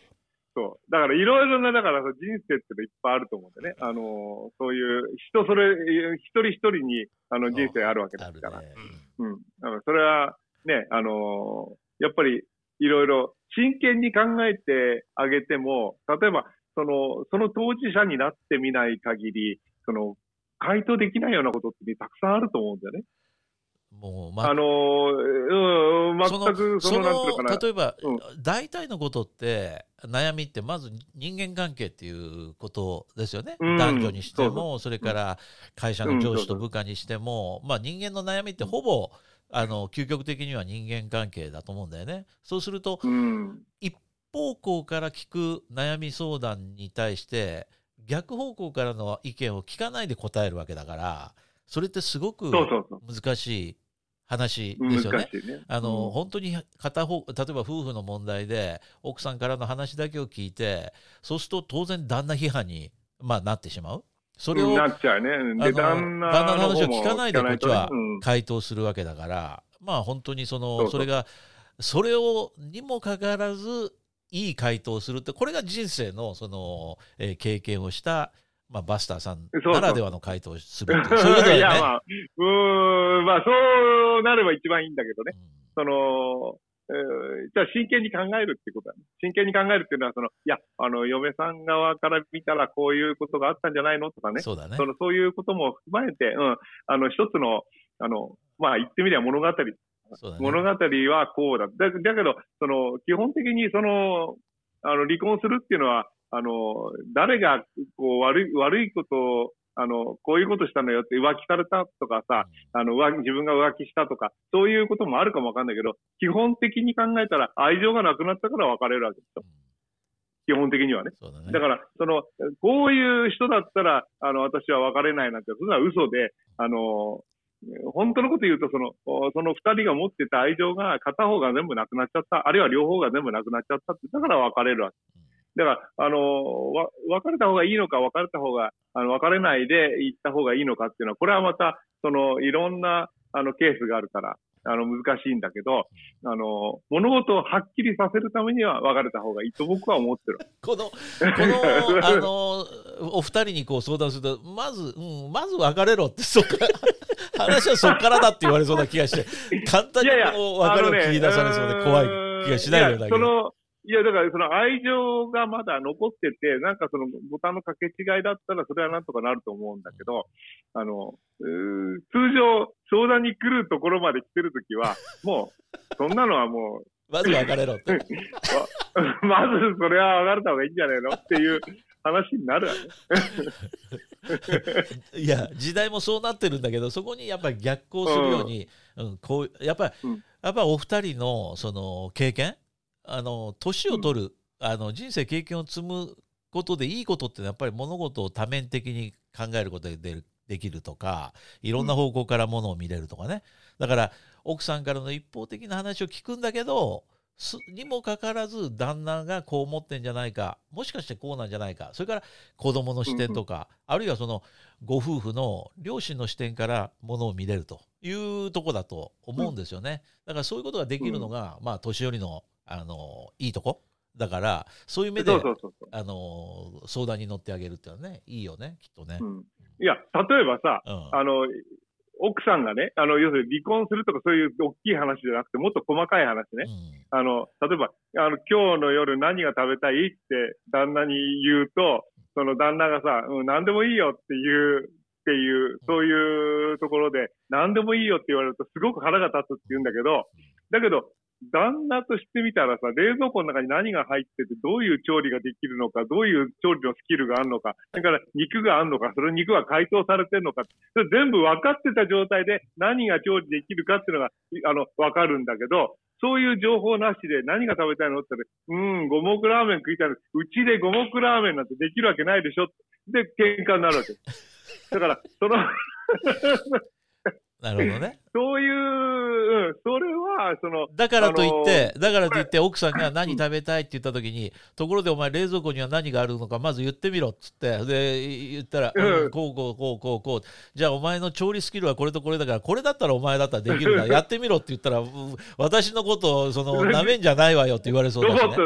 そう。だからいろいろな、だから人生ってのいっぱいあると思うんでね。あの、そういう人それ、一人一人にあの人生あるわけですから。ね、うん。だからそれはね、あの、やっぱりいろいろ真剣に考えてあげても、例えば、その、その当事者になってみない限り、その、回答できないようなことってたくさんあると思うんだよね。もう、ま、あのー、うん、全くその、なんていうのかな。 例えば、うん、大体のことって、悩みってまず人間関係っていうことですよね。うん、男女にしても、そうそう、それから会社の上司と部下にしても、うん、まあ人間の悩みってほぼ、あの、究極的には人間関係だと思うんだよね。そうすると、うん、一方向から聞く悩み相談に対して、逆方向からの意見を聞かないで答えるわけだから、それってすごく難しい話ですよね。 難しいね。 あの、うん、本当に片方、例えば夫婦の問題で奥さんからの話だけを聞いて、そうすると当然旦那批判に、まあ、なってしまう。それを、 なっちゃうね。で、旦那旦那の話を聞かないでこっちは回答するわけだから、うん、まあ本当にその、そうそう、それが、それをにもかかわらずいい回答をするって、これが人生のその、えー、経験をしたまあ、バスターさんならではの回答をするっていう、そういうことだよね。いや、 まあ、うーん、まあ、そうなれば一番いいんだけどね。うん、その、えー、じゃあ真剣に考えるっていうことだね。真剣に考えるっていうのは、その、いや、あの、嫁さん側から見たらこういうことがあったんじゃないのとかね。 そうだね。 その、そういうことも踏まえて、うん、あの、一つの、あの、まあ、言ってみれば物語。そうだね、物語はこうだ。だ、だけど、その、基本的にその、あの、離婚するっていうのは、あの、誰が、こう、悪い、悪いことを、あの、こういうことしたのよって浮気されたとかさ、あの、浮気、自分が浮気したとか、そういうこともあるかもわかんないけど、基本的に考えたら愛情がなくなったから別れるわけですよ。基本的にはね。そうだね。だから、その、こういう人だったら、あの、私は別れないなんて、そんな嘘で、あの、本当のこと言うと、その、その二人が持ってた愛情が片方が全部なくなっちゃった、あるいは両方が全部なくなっちゃったって、だから別れるわけ。だから、あの、わ、別れた方がいいのか、別れた方が、あの、別れないで行った方がいいのかっていうのは、これはまた、その、いろんな、あの、ケースがあるから、あの、難しいんだけど、あの、物事をはっきりさせるためには別れた方がいいと僕は思ってる。 この、この、あの、お二人にこう相談すると、まず、うん、まず別れろって、そっから、話はそっからだって言われそうな気がして、簡単にこう別れを切り出されそうで怖い気がしないようだけど。 いや、だからその愛情がまだ残ってて、なんかそのボタンの掛け違いだったらそれはなんとかなると思うんだけど、あの、通常相談に来るところまで来てるときは、もう、そんなのはもう、 まず別れろって。 まずそれは別れた方がいいんじゃないのっていう話になるわね。 いや、時代もそうなってるんだけど、そこにやっぱり逆行するように、うんうん、こう、やっぱり、うん、やっぱりお二人のその経験、あの年を取る、うん、あの人生経験を積むことでいいことってやっぱり物事を多面的に考えることがでできるとか、いろんな方向からものを見れるとかね。だから奥さんからの一方的な話を聞くんだけど、にもかかわらず旦那がこう思ってんじゃないか、もしかしてこうなんじゃないか、それから子供の視点とか、うん、あるいはそのご夫婦の両親の視点からものを見れるというとこだと思うんですよね。だからそういうことができるのが、うん、まあ年寄りのあのいいとこだから、そういう目であの相談に乗ってあげるっていうのはね、いいよね、きっとね。 うん、いや、例えばさ、うん、あの奥さんがね、あの要するに離婚するとかそういう大きい話じゃなくて、もっと細かい話ね。うん、あの例えばあの今日の夜何が食べたいって旦那に言うと、その旦那がさ、うん、何でもいいよっていうっていうそういうところで、何でもいいよって言われるとすごく腹が立つって言うんだけど、だけど旦那としてみたらさ、冷蔵庫の中に何が入ってて、どういう調理ができるのか、どういう調理のスキルがあるのか、だから肉があるのか、その肉は解凍されてるのか、それ全部分かってた状態で何が調理できるかっていうのが、あの、分かるんだけど、そういう情報なしで何が食べたいのって言ったら、うん、五目ラーメン食いたいの。うちで五目ラーメンなんてできるわけないでしょ。で、喧嘩になるわけ。だから、その、 なるほどね。 そういう、うん、それは、その。 だからといって、だからといって、奥さんが何食べたいって言ったときに、ところでお前、冷蔵庫には何があるのか、まず言ってみろっつって、で、言ったら、うん、こうこうこうこうこう、じゃあお前の調理スキルはこれとこれだから、これだったらお前だったらできるから、やってみろって言ったら、私のことを、その、なめんじゃないわよって言われそうだしね。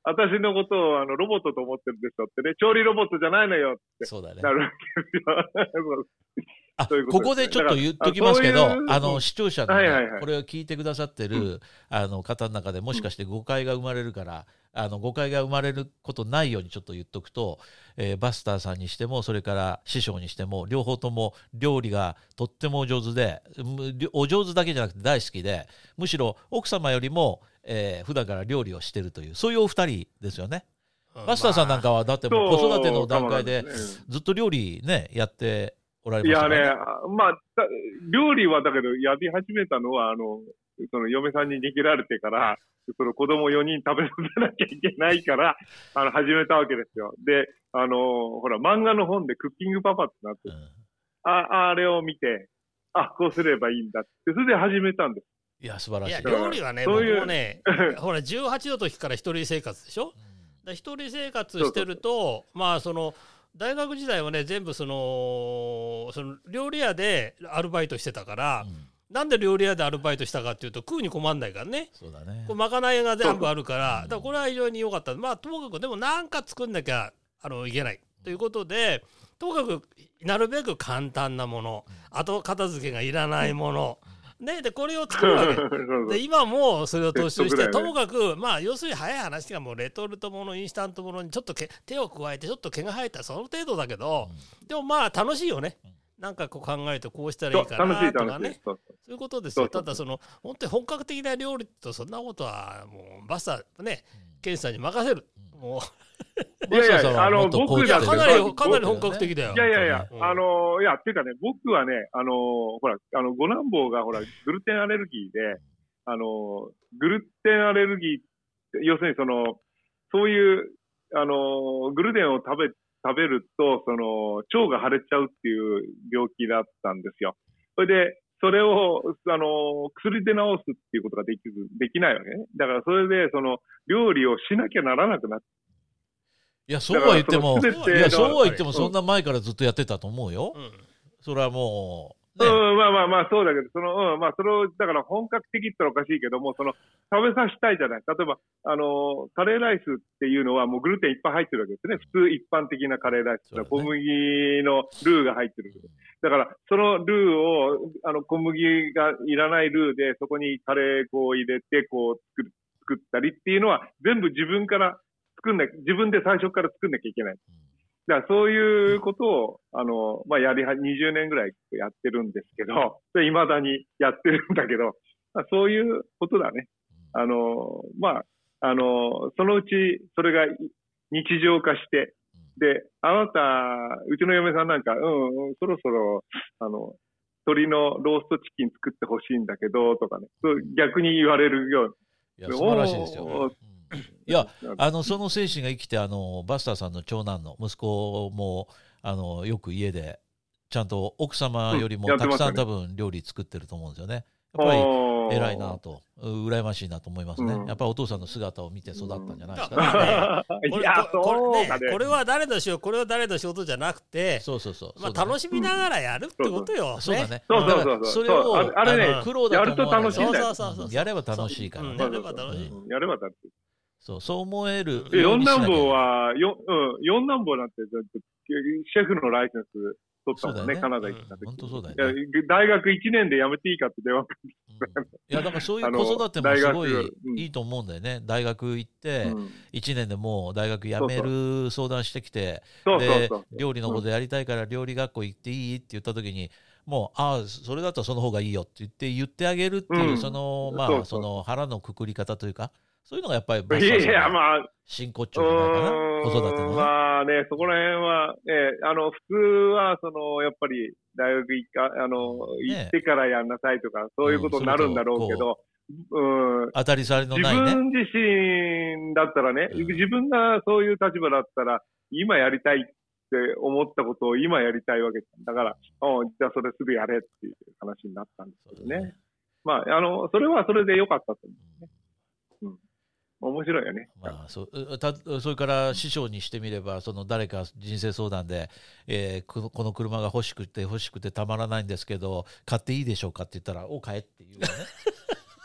私のことをあのロボットと思ってるでしょってね、調理ロボットじゃないのよってそうだね。 なるわけですよ。 あ、ここでちょっと言っときますけど、あの視聴者の、ね、はいはいはい、これを聞いてくださってる、うん、あの方の中でもしかして誤解が生まれるから、うん、あの誤解が生まれることないようにちょっと言っとくと、えー、バスターさんにしてもそれから師匠にしても両方とも料理がとってもお上手で、お上手だけじゃなくて大好きで、むしろ奥様よりも、えー、普段から料理をしてるというそういうお二人ですよね。うん、バスターさんなんかはだってもう子育ての段階でずっと料理ねやっておられましたね。 いやね、まあ、料理はだけど、やり始めたのは、あの、その嫁さんに逃げられてから、その子供よにん食べさせなきゃいけないから、あの、始めたわけですよ。で、あの、ほら、漫画の本でクッキングパパってなって、うん、あ、あれを見て、あ、こうすればいいんだって、それで始めたんです。 いや、素晴らしい。いや、 料理はね、僕もね、ほら、じゅうはちの時から一人生活でしょ、うん、一人生活してると、そうそうそう、まあ、その、大学時代はね全部そのその料理屋でアルバイトしてたから、うん、なんで料理屋でアルバイトしたかっていうと食うに困んないからね。 そうだね。 こうまかないが全部あるから、だからこれは非常に良かった。まあともかくでもなんか作んなきゃあのいけないということで、ともかくなるべく簡単なもの、後片付けがいらないもの。ね、でこれを作るわけで、今もそれを踏襲して、ね、ともかくまあ要するに早い話がもうレトルトものインスタントものにちょっとけ手を加えてちょっと毛が生えたその程度だけど、うん、でもまあ楽しいよね。なんかこう考えてこうしたらいいかなとかね、そういうことですよ。ただその本当に本格的な料理とそんなことはもうバスターね、ケンさんに任せる、うん、もういやいや、あの、僕だかなり、かなり本格的だよ。 いやいやいや、うん、あの、いや、っていうかね、僕はね、あの、ほら、あの、ご男坊がほら、グルテンアレルギーで、あの、グルテンアレルギー、要するにその、そういう、あの、グルテンを食べ、食べると、その、腸が腫れちゃうっていう病気だったんですよ。それで、それを、あの、薬で治すっていうことができず、できないわけね。だから、それで、その、料理をしなきゃならなくなって、 いや、そうは言っても、いや、そうは言っても、そんな前からずっとやってたと思うよ。うん、それはもう、ね。うん、まあまあまあ、そうだけど、その、うん、まあ、それを、だから本格的ってのはおかしいけども、その、食べさせたいじゃない。例えば、あの、カレーライスっていうのはもうグルテンいっぱい入ってるわけですね。普通一般的なカレーライスって、ね、小麦のルーが入ってる。だから、そのルーを、あの、小麦がいらないルーで、そこにカレー粉を入れて、こう、作る、作ったりっていうのは、全部自分から、作んな自分で最初から作んなきゃいけない。だからそういうことを、あの、まあ、やりは、にじゅうねんぐらいやってるんですけど、未だにやってるんだけど、まあ、そういうことだね。あの、まあ、あの、そのうち、それが日常化して、で、あなた、うちの嫁さんなんか、うん、うん、そろそろ、あの、鶏のローストチキン作ってほしいんだけど、とかね、そう逆に言われるように。いや、素晴らしいですよ。いや、あのその精神が生きて、あのバスターさんの長男の息子もあのよく家でちゃんと奥様よりもたくさん多分料理作ってると思うんですよね。やっぱり偉いなと、羨ましいなと思いますね。うん、やっぱりお父さんの姿を見て育ったんじゃないですかね。 これ、ね、これは誰の仕事、これは誰の仕事じゃなくて、 そうそうそう、 まあ楽しみながらやるってことよ。 そうだね。 そうそうそう。 それをあれね、 苦労だと思わない。 やると楽しいんだよ。 そうそうそう。 やれば楽しいからね。 やれば楽しい。 やれば楽しい。 そう、そう思える。 四男坊は、よ、うん、四男坊なんて、シェフのライセンス取ったもんね、ねカナダ行った時。 本当そうだよね。 大学いちねんで辞めていいかって電話かけて、 いや、だからそういう子育てもすごいいいと思うんだよね。大学行って、いちねんでもう大学辞める相談してきて、で、料理のことやりたいから料理学校行っていいって言った時に、もう、ああ、それだったらその方がいいよって言って言ってあげるっていう、その、まあ、その腹のくくり方というか、そういうのがやっぱりバスターさんの真骨頂じゃないかな、子育てのね。 まあね、そこら辺は、ね、あの、普通は、その、やっぱり、大学行か、あの、行ってからやんなさいとか、そういうことになるんだろうけど、 うん、当たり障りのないね。 自分自身だったらね、うん、自分がそういう立場だったら、今やりたいって思ったことを今やりたいわけだから、うん、じゃあそれすぐやれっていう話になったんですけどね。ね、まあ、あの、それはそれで良かったと思うね。うん。面白いよね。 まあ、そ, たそれから師匠にしてみれば、その誰か人生相談で、えー、この、この車が欲しくて欲しくてたまらないんですけど買っていいでしょうかって言ったら、お買えって言うよね。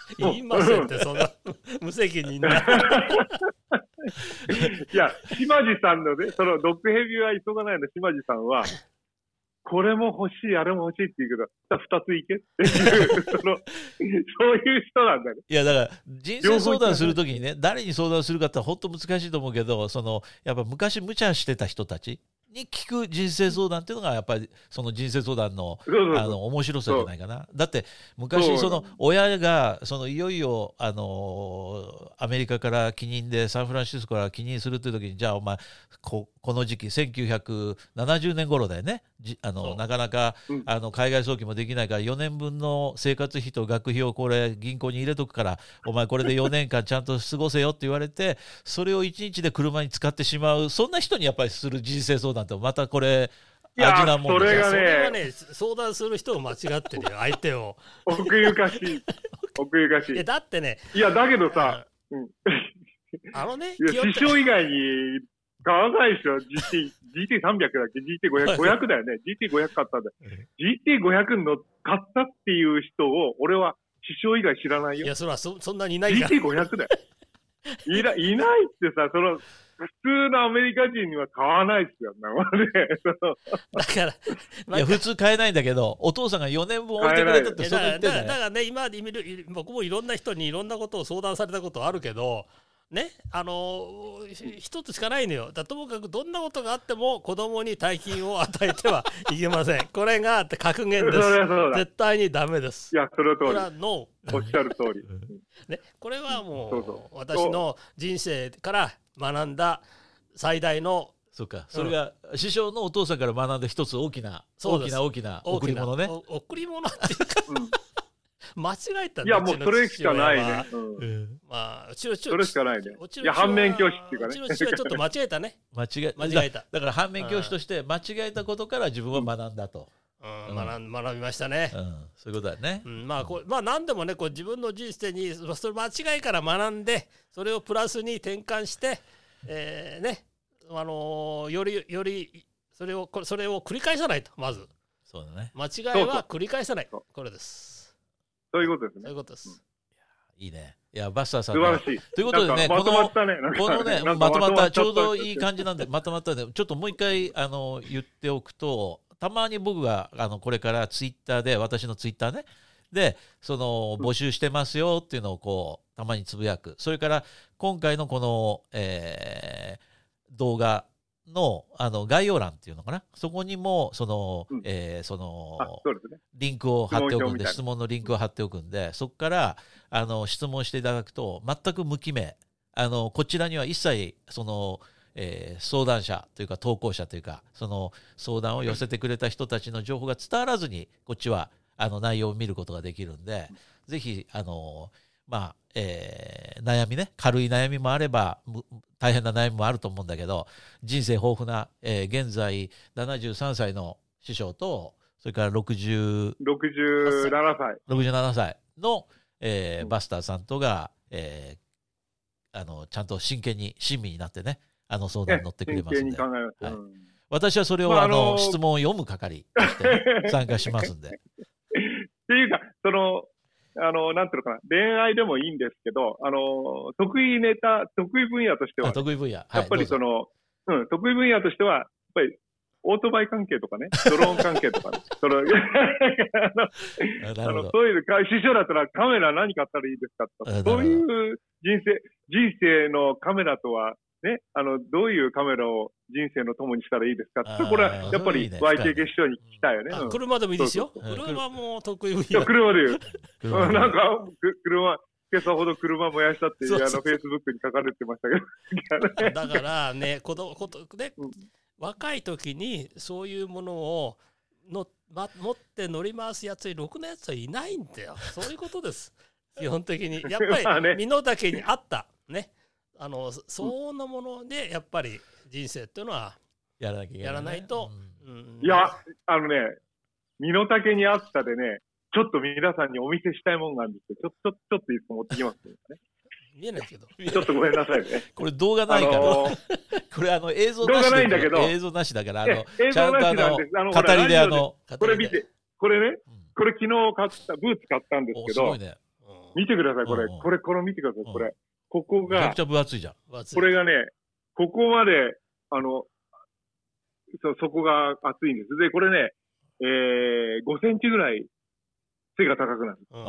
言いませんって、そんな無責任な。 いや、島地さんのね、その毒蛇は急がないの島地さんは、これも欲しい、あれも欲しいって言うけど、二ついけっていう、その、そういう人なんだね。 いや、だから、人生相談するときにね、誰に相談するかって本当難しいと思うけど、その、やっぱ昔無茶してた人たちに聞く人生相談っていうのが、やっぱり、その人生相談の、 そうそうそうあの、面白さじゃないかな。だって、昔、その、親が、その、いよいよ、あの、アメリカから帰任で、サンフランシスコから帰任するっていうときに、じゃあ、お前、こ、この時期、せんきゅうひゃくななじゅうねん頃だよね。じあのなかなか、うん、あの海外送金もできないからよねんぶんの生活費と学費をこれ銀行に入れとくからお前これでよねんかんちゃんと過ごせよって言われてそれをいちにちで車に使ってしまうそんな人にやっぱりする人生相談ってまたこれ味なもんですよ。 それはね相談する人を間違ってるよ相手を奥ゆかしい奥ゆかしい。 いやだってねいやだけどさ、うん、 あのねいや師匠以外に買わないでしょ ジーティー ジーティーさんびゃく だっけ ジーティーごひゃく ごひゃくだよね ジーティーごひゃく 買ったんだよ ジーティーごひゃく の買ったっていう人を俺は師匠以外知らないよ。 いやそれは そ, そんなにいないからジーティーごひゃく だよいな、いないってさその普通のアメリカ人には買わないっすよなだからいや普通買えないんだけどお父さんがよねんぶん置いてくれたってそれ言ってんだよ。 だからね今僕もいろんな人にいろんなことを相談されたことあるけどね、あの一つしかないのよ。だともかくどんなことがあっても子供に大金を与えてはいけません。これが格言です。絶対にダメです。 いやそれ通り。 これはノー。おっしゃる通り。 ね、これはもうそうそう私の人生から学んだ最大のそうかそれが、うん、師匠のお父さんから学んだ一つ大きな大きな大きな贈り物ね。 贈り物っていうか、うん間違えたんだ。いやもうそれしかないね。 うん、まあうちのそれしかないね。いや反面教師っていうかね。 うちの父はちょっと間違えたね。 間違え間違えた。だから反面教師として間違えたことから自分は学んだと。 うん、学ん学びましたね。 うん、そういうことだね。 うん、まあこうまあ何でもねこう自分の人生にそれ間違いから学んでそれをプラスに転換して、えー、ねあのー、よりよりそれをこれそれを繰り返さないとまず。 そうだね。 間違いは繰り返さない。そうそうこれです。 そういうことですね。 そういうことです。 いいね。いやバスターさん素晴らしい。 ということでね、このこのねまとまったちょうどいい感じなんでまとまったでちょっともう一回あの言っておくと、たまに僕があのこれからツイッターで私のツイッターねでその募集してますよっていうのをこうたまにつぶやく。それから今回のこの、えー、動画のあの概要欄っていうのかな、そこにもその、うんえー、そのそうですね、 リンクを貼っておくんで質問のリンクを貼っておくんでそこからあの質問していただくと全く無記名あのこちらには一切その、えー、相談者というか投稿者というかその相談を寄せてくれた人たちの情報が伝わらずにこっちはあの内容を見ることができるんで、ぜひあのまあえー、悩みね軽い悩みもあれば大変な悩みもあると思うんだけど人生豊富な、えー、現在ななじゅうさんさいの師匠とそれからろくじゅうろくじゅうななさいろくじゅうななさいの、えー、バスターさんとが、えー、あのちゃんと真剣に親身になってねあの相談に乗ってくれますんで、 真剣に考えます、 はいうん、 私はそれを、まああのあの質問を読む係として、ね、参加しますんでっていうかそのあの、なんていうのかな、恋愛でもいいんですけど、あの、得意ネタ、得意分野としては、 得意分野。 やっぱりその、うん、得意分野としては、やっぱり、オートバイ関係とかね、ドローン関係とかね、そのあのそういう、師匠だったらカメラ何買ったらいいですかとか、そういう人生、人生のカメラとは、ね、あの、どういうカメラを人生の友にしたらいいですかって、これはやっぱり ワイケーケー 師匠に聞きたいよね。うん、 車でもいいですよ。そうそう車も得意分野。 車で言う。なんか、車、今朝ほど車燃やしたって、そうそうそうあの、フェイスブックに書かれてましたけど。だからね、子供、ことね、うん、若い時にそういうものをの、ま、持って乗り回すやつにろくなやつはいないんだよ。そういうことです。基本的に。やっぱり身の丈に合ったね。あのそんなものでやっぱり人生っていうのはやらなきゃいけない、ね、 やらないと、 うんうん、いやあのね身の丈に合ったでねちょっと皆さんにお見せしたいものがあるんですけどちょっとちょっといいですか持ってきますね見えないけどちょっとごめんなさいねこれ動画ないから、あのー、これあの映像なし動画ないんだけど映像なしだからあの映像なしなんですあの語りであのこれ見てこれね、うん、これ昨日買ったブーツ買ったんですけどすごいね見てください、これ。これ、これ見てください、これ。ここが、 めちゃくちゃ分厚いじゃん。 これがね、ここまで、あの、そ、そこが厚いんです。で、これね、えー、ごセンチぐらい背が高くなる。 うん。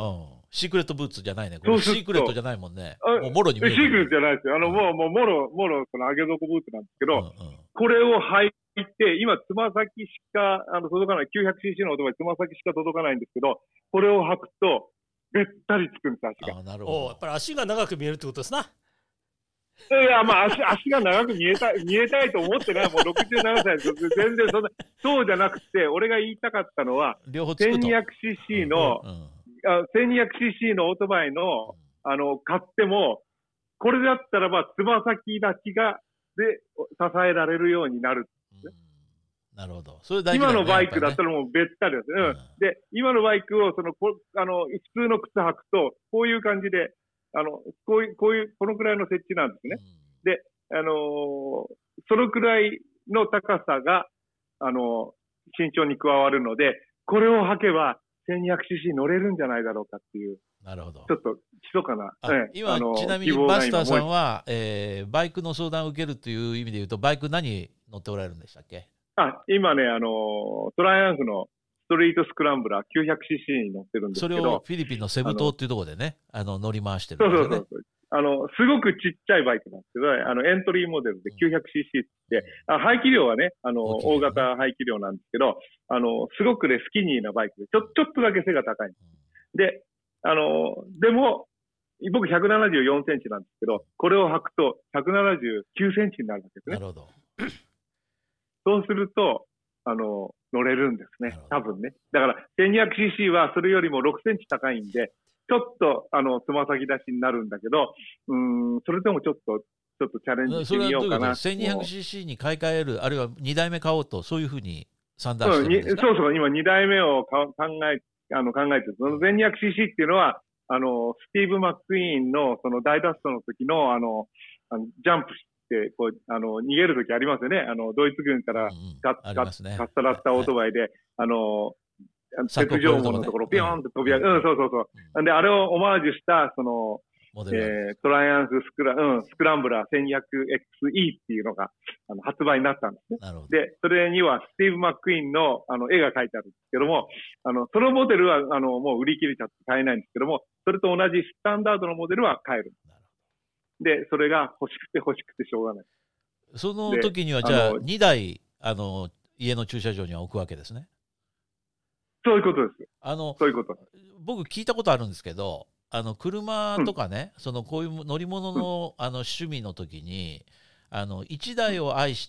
シークレットブーツじゃないね。これシークレットじゃないもんね。もうもろに見える。 シークレットじゃないですよ。あの、うん、もう、もう、もろ、もろ、その上げ底ブーツなんですけど、うんうん、これを履いて、今、つま先しか、あの、届かない、きゅうひゃくシーシー のオートバイ、つま先しか届かないんですけど、これを履くと、べったりつくんです、足が。 あ、なるほど。やっぱり足が長く見えるってことですな。 いや、まあ足、足が長く見えたい、見えたいと思ってない。もうろくじゅうななさいです。全然そんな、そうじゃなくて、俺が言いたかったのは、せんにひゃくシーシー の、うんうん、あ せんにひゃくシーシー のオートバイの、あの、買っても、これだったらば、つま先立ちが、で、支えられるようになる。 うん、なるほど。それ大事だね、今のバイクだったらもうべったりですね。うんうん、で、今のバイクを、その、こあの、普通の靴履くと、こういう感じで、あの、こういう、こういう、このくらいの設置なんですね。うん、で、あのー、そのくらいの高さが、あのー、身長に加わるので、これを履けば せんにひゃくシーシー 乗れるんじゃないだろうかっていう。 なるほど。 ちょっと、密かな。 ね、今、ちなみにバスターさんは、えー、バイクの相談を受けるという意味で言うと、バイク何乗っておられるんでしたっけ？ あ、今ね、あのー、トライアンフのストリートスクランブラー きゅうひゃくシーシー に乗ってるんですけど。 それをフィリピンのセブ島っていうところでね、あの、乗り回してるんですよね。 そうそうそう。あの、すごくちっちゃいバイクなんですけど、あの、エントリーモデルで きゅうひゃくシーシー って、うん、あ排気量はね、あの、大型排気量なんですけど、あの、すごくね、スキニーなバイクで、ちょ、ちょっとだけ背が高い。うん、で、あの、でも、僕ひゃくななじゅうよんセンチなんですけど、これを履くとひゃくななじゅうきゅうセンチになるわけですね。 なるほど。 そうすると、あの、乗れるんですね。多分ね。だから、せんにひゃくシーシー はそれよりもろくセンチ高いんで、ちょっと、あの、つま先出しになるんだけど、うーん、それでもちょっと、ちょっとチャレンジしてみようかな。 せんにひゃくシーシー に買い替える、あるいはにだいめ買おうと、そういうふうに算段してるんですか？ そうそう、今にだいめをか考え、あの、考えてる。その せんにひゃくシーシー っていうのは、あの、スティーブ・マックイーンの、その大脱走の時の、あの、あのジャンプして、こう、あの、逃げる時ありますよね。あの、ドイツ軍からか、うんうん、かっさらったオートバイで、はい、あの、鉄条網のところ、ピヨーンって飛び上げる。うん、そうそうそう。うん、で、あれをオマージュした、その、えー、トライアンフスクラ、うん、スクランブラー せんにひゃくエックスイー っていうのが、あの、発売になったんですね。 なるほど。 で、それにはスティーブ・マックイーンの、あの、絵が描いてあるんですけども、あの、そのモデルは、あの、もう売り切れちゃって買えないんですけども、それと同じスタンダードのモデルは買える。なるほど。で、それが欲しくて欲しくてしょうがない。 その時には、じゃあ、にだい、あの、家の駐車場には置くわけですね。 そういうことです。 あの、 そういうこと。 僕聞いたことあるんですけど、あの車とかね、うん、そのこういう乗り物の、うん、あの趣味の時に、あのいちだいを愛して、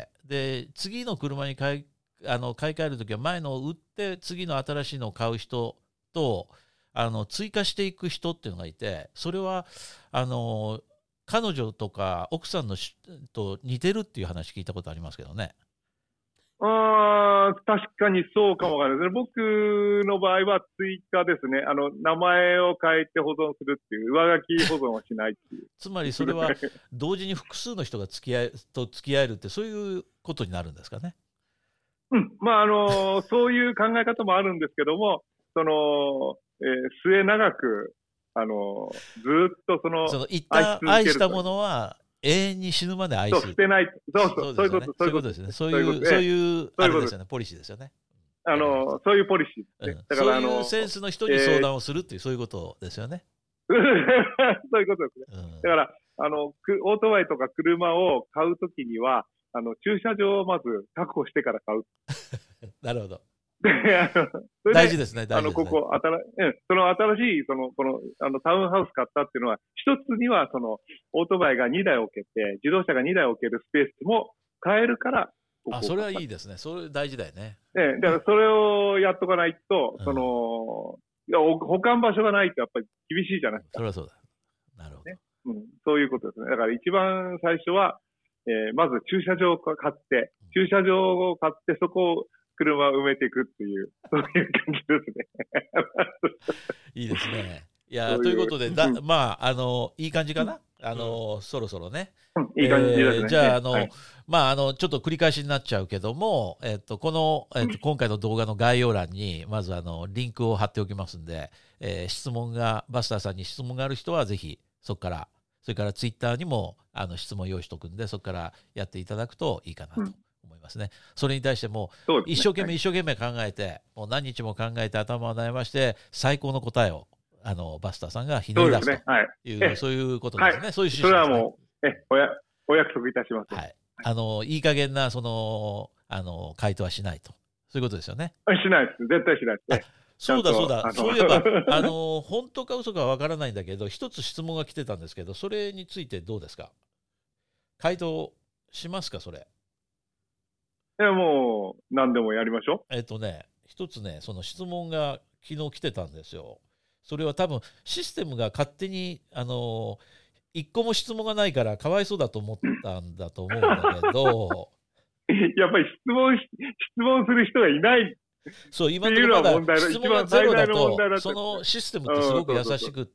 で次の車に買いあの買い替える時は前のを売って次の新しいのを買う人と、あの追加していく人っていうのがいて、それはあの彼女とか奥さんのと似てるっていう話聞いたことありますけどね。 ああ、確かにそうかもわからないですね。僕の場合は追加ですね。あの、名前を変えて保存するっていう、上書き保存をしないっていう。 つまりそれは同時に複数の人が付き合いと付き合えるって、そういうことになるんですかね。 うん。まあ、あの、そういう考え方もあるんですけども、その、えー、末永く、あの、ずっとその、 その一旦愛したものは、永遠に死ぬまで愛する。 そう、捨てない。そうそう、そういうこと、 そういうことですね。そういう、そういう、あれですよね、ポリシーですよね。 あの、そういうポリシーですね。 だから、そういうセンスの人に相談をするっていう、そういうことですよね。 そういうことですね。だから、あの、オートバイとか車を買うときには、あの、駐車場をまず確保してから買う。 なるほど。 で、あの、それで大事ですね、大事ですね。 あの、ここ、新、うん、その新しい、その、この、あの、タウンハウス買ったっていうのは、一つには、その、オートバイがにだい置けて、自動車がにだい置けるスペースも買えるから、 ここあ、それはいいですね。それ大事だよね。 ね、だからそれをやっとかないと、うん、その、いや、保管場所がないとやっぱり厳しいじゃないですか。 それはそうだ。なるほど。 ね、うん。そういうことですね。だから一番最初は、えー、まず駐車場を買って、駐車場を買って、そこを車を埋めていくっていう、そういう感じですね。 いいですね。いや、ううということで、だまあ、あの、いい感じかな、うん、あの、そろそろね、 いい感じですね。 えー、じゃあ、あの、 はい、 まあ、あの、ちょっと繰り返しになっちゃうけども、えっと、この、えっと、今回の動画の概要欄に、まず、あの、リンクを貼っておきますんで、えー、質問が、バスターさんに質問がある人は、ぜひ、そこから、それからツイッターにも、あの、質問用意しとくんで、そこからやっていただくといいかなと思いますね。うん、それに対しても、ね、一生懸命、一生懸命考えて、もう何日も考えて、頭を悩まして、最高の答えを、あの、バスターさんがひねり出すという、そういう、はい、そういうことですね。はい、そういう趣旨ですね。 それはもう、え、おや、お約束いたします。 はい。あの、いい加減な、その、あの、回答はしないと。そういうことですよね。 しないです。絶対しないです。 そうだそうだ。そういえば、あの、本当か嘘かわからないんだけど、一つ質問が来てたんですけど、それについてどうですか？回答しますか、それ。 いや、もう、何でもやりましょう。 えっとね、一つね、その質問が昨日来てたんですよ。それは多分、システムが勝手に、あの、一個も質問がないからかわいそうだと思ったんだと思うんだけどやっぱり質問し、質問する人がいない。 そう、今のところまだ質問がゼロだと、そのシステムってすごく優しくって、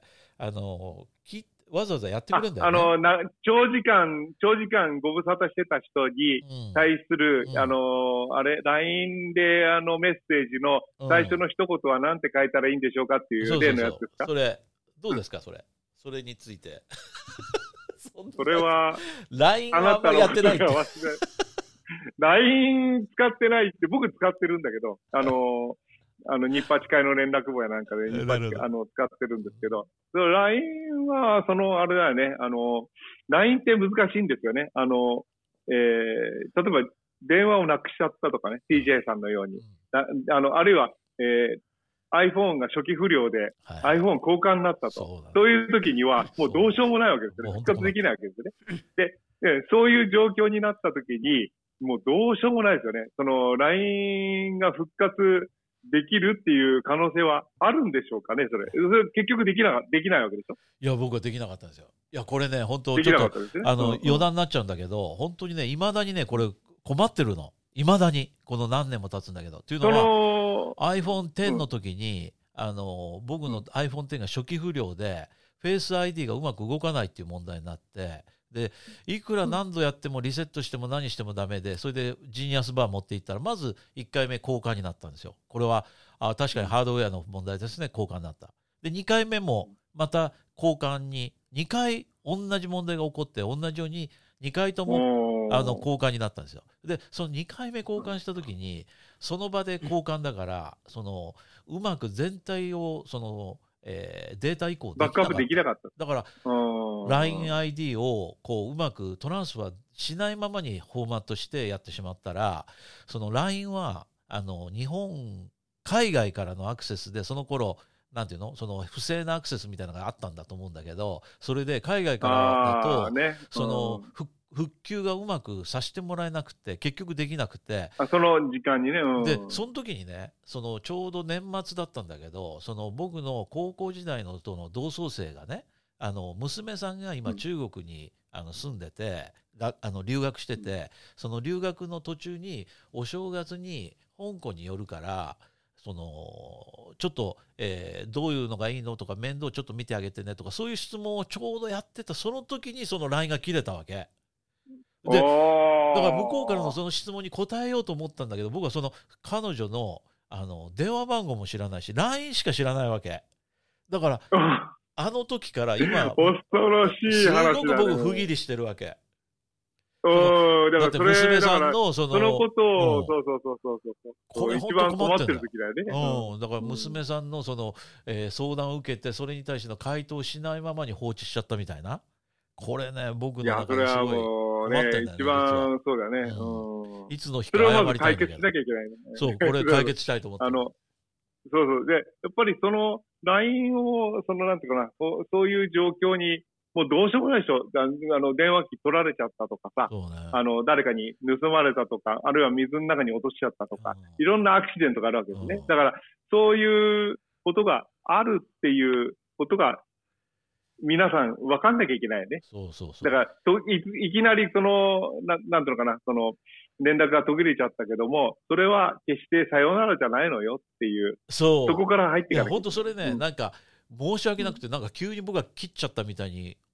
あの、きわざわざやってくれるんだよね。 あのな長時間、長時間ご無沙汰してた人に対する、うん、あの、あれ、ライン であのメッセージの最初の一言は何て書いたらいいんでしょうかっていう例のやつですか？ そうそうそう、それ、どうですか、それ。それについて。 それは、 ライン はあんまりやってないって。 ライン 使ってないって、僕使ってるんだけど、あの、あの、日八会の連絡簿やなんかで、日八あの、使ってるんですけど、ライン は、その、あれだよね、あの、ライン って難しいんですよね。あの、えー、例えば、電話をなくしちゃったとかね、ティージェー さんのように。あ, あの、あるいは、えー、iPhone が初期不良で、はい、iPhone 交換になったと。そう、そういう時には、もうどうしようもないわけですよね。復活できないわけですよね。で、でそういう状況になった時に、もうどうしようもないですよね。その ライン が復活できるっていう可能性はあるんでしょうかね、それ。それ結局できな、できないわけでしょ？ いや、僕はできなかったんですよ。いや、これね、本当ちょっと、ね、あの、うんうん、余談になっちゃうんだけど、本当にね、未だにね、これ困ってるの。未だに。この何年も経つんだけど。っていうのは、アイフォンテン の時に、うん、あの、僕の アイフォンテン が初期不良で、フェイス アイディー がうまく動かないっていう問題になって、で、いくら何度やってもリセットしても何してもダメで、それでジーニアスバー持っていったら、まずいっかいめ交換になったんですよ。これは、あ、確かにハードウェアの問題ですね、交換になった。で、にかいめもまた交換に、にかい同じ問題が起こって、同じようににかいともあの交換になったんですよ。で、そのにかいめ交換した時に、その場で交換だから、その、うまく全体を、その、えー、データ移行できなかった。バックアップできなかった。だから、ラインアイディー をこううまくトランスファーしないままにフォーマットしてやってしまったら、その ライン はあの日本海外からのアクセスで、その頃なんていうの、その不正なアクセスみたいなのがあったんだと思うんだけど、それで海外からだと、ね、その復旧がうまくさせてもらえなくて、結局できなくて、 あ、その時間にね、うん、 でその時にね、そのちょうど年末だったんだけど、その僕の高校時代のとの同窓生がね、あの娘さんが今中国に、うん、あの住んでて、あの留学してて、その留学の途中にお正月に香港に寄るから、そのちょっと、えー、どういうのがいいのとか、面倒ちょっと見てあげてねとか、そういう質問をちょうどやってたその時にその ライン が切れたわけで、だから向こうからのその質問に答えようと思ったんだけど、僕はその彼女のあの電話番号も知らないし ライン しか知らないわけだからあの時から今恐ろしい話だ、ね、 すごく僕不義理してるわけ。 おだって娘さんのそのそのことを、うん、そうそうそうそうそうこれ一番困ってる時だよね。 うん、だから娘さんのその、えー、相談を受けて、それに対しての回答をしないままに放置しちゃったみたいな。これね、僕の中ですごい困ってんだよね。 一番そうだね。 うん、いつの日か謝りたいんだけど。それをまず解決しなきゃいけないね。 そう、これ解決したいと思って。 あの、そうそう。で、やっぱりその ライン を、そのなんていうかな、そう、そういう状況に、もうどうしようもないでしょ。あの、電話機取られちゃったとかさ、ね、あの、誰かに盗まれたとか、あるいは水の中に落としちゃったとか、うん、いろんなアクシデントがあるわけですね。うん、だから、そういうことがあるっていうことが、皆さん分かんなきゃいけないよね。 そうそうそう。 だからとい、いきなりその、ななんていうのかな、その、連絡が途切れちゃったけども、それは決してさよならじゃないのよっていう。 そう。 そこから入っていかない。 いや、本当それね、うん、なんか、申し訳なくて、なんか急に僕が切っちゃったみたいに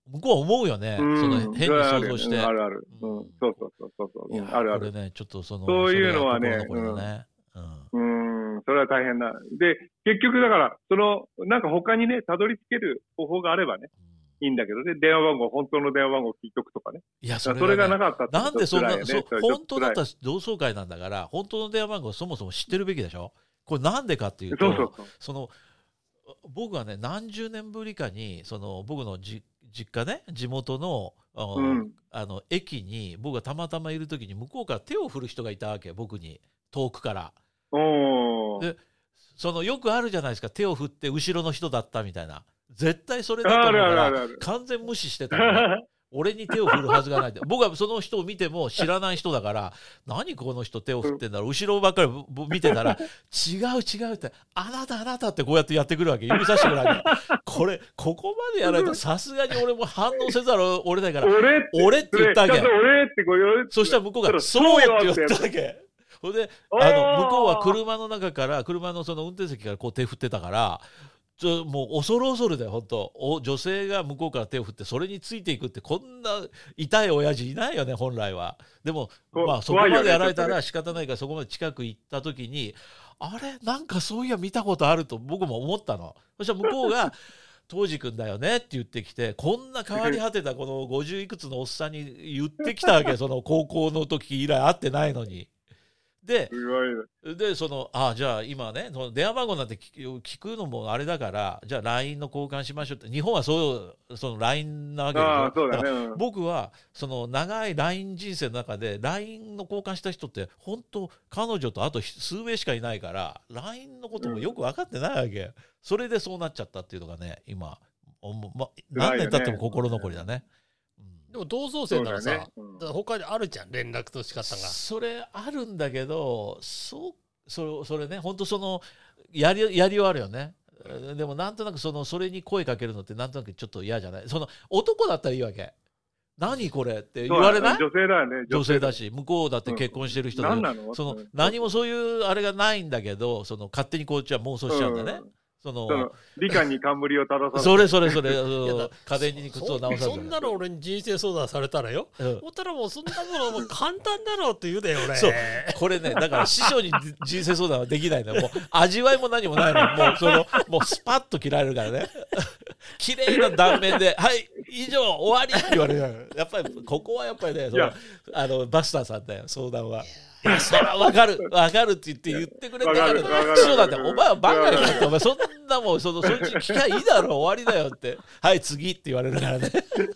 向こうは思うよね、 うん、 その変に想像して。 あるある、うん、そうそうそうそうそう、あるある。 これね、ちょっとその、 そういうのはね、 それが心残りだね。 うん、うん、それは大変だ。で、結局だから、その、なんか他にね、たどり着ける方法があればね、いいんだけどね、電話番号、本当の電話番号聞いとくとかね。 いや、それが、ね、 それがなかったって、 ね、なんでそんな、そ本当だったら同窓会なんだから、本当の電話番号をそもそも知ってるべきでしょ。これなんでかっていうと、 そうそうそう、 その、僕はね、何十年ぶりかに、その、僕のじ実家ね、地元の、うん、あの、駅に、僕がたまたまいるときに、向こうから手を振る人がいたわけ、僕に、遠くから。 おで、その、よくあるじゃないですか、手を振って後ろの人だったみたいな。絶対それだと思うから完全無視してた、ね、俺に手を振るはずがないって僕はその人を見ても知らない人だから何この人手を振ってんだろう後ろばっかり見てたら違う違うってあなたあなたってこうやってやってくるわけ指さしてくるわけこれここまでやられたらさすがに俺も反応せざるを得ないから俺って言ったわけそしたら向こうがそうって言ったわけほんであの向こうは車の中から車のその運転席からこう手振ってたからちょもう恐る恐るだよ本当お女性が向こうから手を振ってそれについていくってこんな痛い親父いないよね本来はでもまあそこまでやられたら仕方ないからそこまで近く行った時にあれなんかそういや見たことあると僕も思ったのそしたら向こうが当時くんだよねって言ってきてこんな変わり果てたこのごじゅういくつのおっさんに言ってきたわけその高校の時以来会ってないのにで、でそのあじゃあ今ねその電話番号なんて聞くのもあれだからじゃあ ライン の交換しましょうって日本はそうその ライン なわけですよ。 そうだね、うん、 僕はその長い ライン 人生の中で ライン の交換した人って本当彼女とあと数名しかいないから ライン のこともよく分かってないわけ、うん、それでそうなっちゃったっていうのがね今、ま、何年経っても心残りだね。 でも同窓生ならさ、ねうん、他にあるじゃん連絡の仕方がそれあるんだけどそそれそれね本当そのやりやりはあるよねでもなんとなくそのそれに声かけるのってなんとなくちょっと嫌じゃないその男だったらいいわけ何これって言われない、 女性だよね女性だし向こうだって結婚してる人で、うん、その何もそういうあれがないんだけどその勝手にこっちは妄想しちゃうんだね、うんそのその理科に冠を正さそれそれそれ家電に靴を直さずそんなの俺に人生相談されたらよ、うん、ほったらもうそんなものもう簡単だろうって言うだよ俺そうこれねだから師匠に人生相談はできないのよもう味わいも何もないのもうそのもうスパッと切られるからね綺麗な断面ではい以上終わりって言われるやっぱりここはやっぱりねそのあのバスターさんだよ相談はいやそれは分かる分かるって言って言ってくれたから師匠だってお前はバカかってお前そんなもんそのそっち聞きゃいいだろ終わりだよってはい次って言われるからね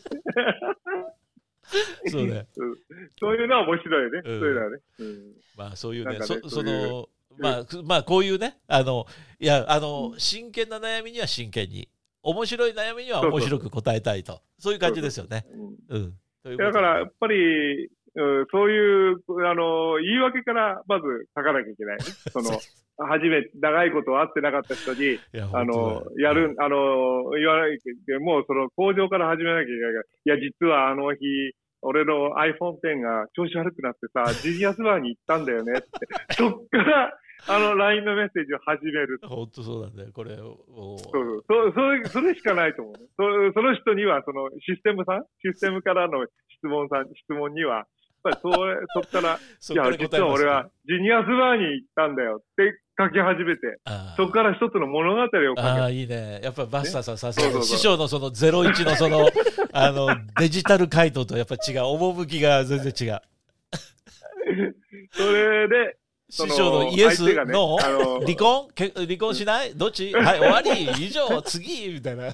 そうね、 うん、そういうのは面白いね、うん、そういうのはね、うん、 まあそういうね、ねそ, そのまあまあこういうねあのいやあの、うん、真剣な悩みには真剣に面白い悩みには面白く答えたいとそういう感じですよね。 だからやっぱりうん、そういう、あの、言い訳からまず書かなきゃいけない、ね。その、初め、長いこと会ってなかった人に、あの、やる、あの、言わないけど、もうその工場から始めなきゃいけないから、いや、実はあの日、俺の アイフォンテン が調子悪くなってさ、ジニアスバーに行ったんだよねって。そっから、あの、ライン のメッセージを始める。 本当そうなんだよ、これ。そうそうそそれ、それしかないと思う、ねそ。その人には、その、システムさんシステムからの質問さん、質問には、やっぱりそれそっから、いや、実は俺はジニアスバーに行ったんだよって書き始めて、そこから一つの物語を書けああ、いいね。やっぱりバスターさん、さすが師匠のそのゼロイチのその、あの、デジタル回答とやっぱ違う。趣が全然違う。 それで、 師匠のイエス、ね、ノー、あのー、離婚け離婚しないどっちはい終わり以上次みたいな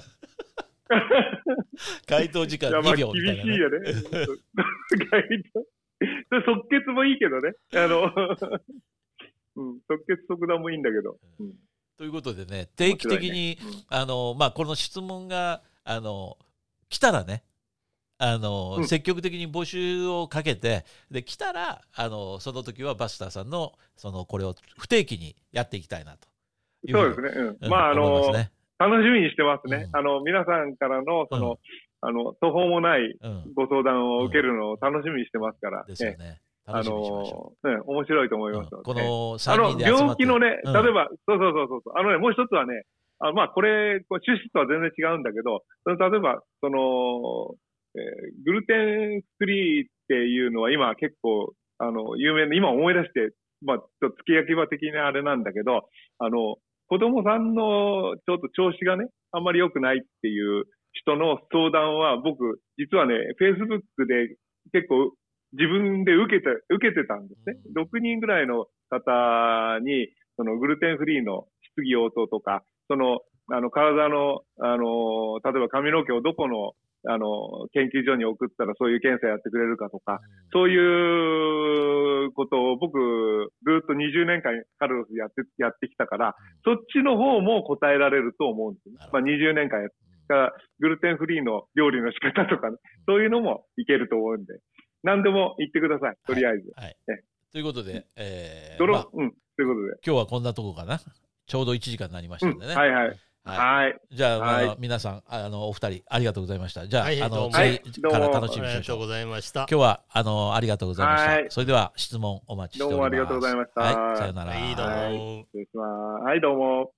回答時間にびょうみたいな、ね、 厳しいよね即決もいいけどねあの、うん、即決即断もいいんだけど、うん、 ということでね定期的に、ねうん、あのまあ、この質問があの来たらねあの、うん、積極的に募集をかけてで来たらあのその時はバスターさんのそのこれを不定期にやっていきたいなというそうですね、うん、まああのね、楽しみにしてますね、うん、あの皆さんからのその、うん、あの途方もないご相談を受けるのを楽しみにしてますから、うん、 ですよね、 あのーね、面白いと思います、 うん、このさんにんで集まってあの病気のね、うん、例えばそうそうそうそうあのねもう一つはねあまあ、これ、こう趣旨とは全然違うんだけど、その例えば、その、えー、グルテンフリーっていうのは今結構、あの、有名な、今思い出して、まあ、ちょっと付け焼き場的なあれなんだけど、あの、子供さんのちょっと調子がね、あんまり良くないっていう人の相談は、僕、実はね、Facebook で結構自分で受けて、受けてたんですね。ろくにんぐらいの方に、そのグルテンフリーの質疑応答とか、その、あの、体の、あの、例えば髪の毛をどこの、あの、研究所に送ったらそういう検査やってくれるかとか、そういうことを僕、ずっとにじゅうねんかんカルロスやって、やってきたから、そっちの方も答えられると思うんですね。まあにじゅうねんかんやって。だから、グルテンフリーの料理の仕方とかね、そういうのもいけると思うんで、何でも言ってください、とりあえず。 はいはい、ということで、えー、まあ、うん、ということで。 今日はこんなとこかな。ちょうどいちじかんになりましたんでね。 うん、はいはい。はい。 じゃあ、 はい、 まあ、皆さん、あの、お二人、ありがとうございました。じゃあ、はい、あの、 次から楽しみにしましょう。 ありがとうございました。 今日は、あの、ありがとうございました。はい、それでは、質問お待ちしております。 どうもありがとうございました。 はい、さよなら。 はい、どうも。 失礼します。はい、どうも。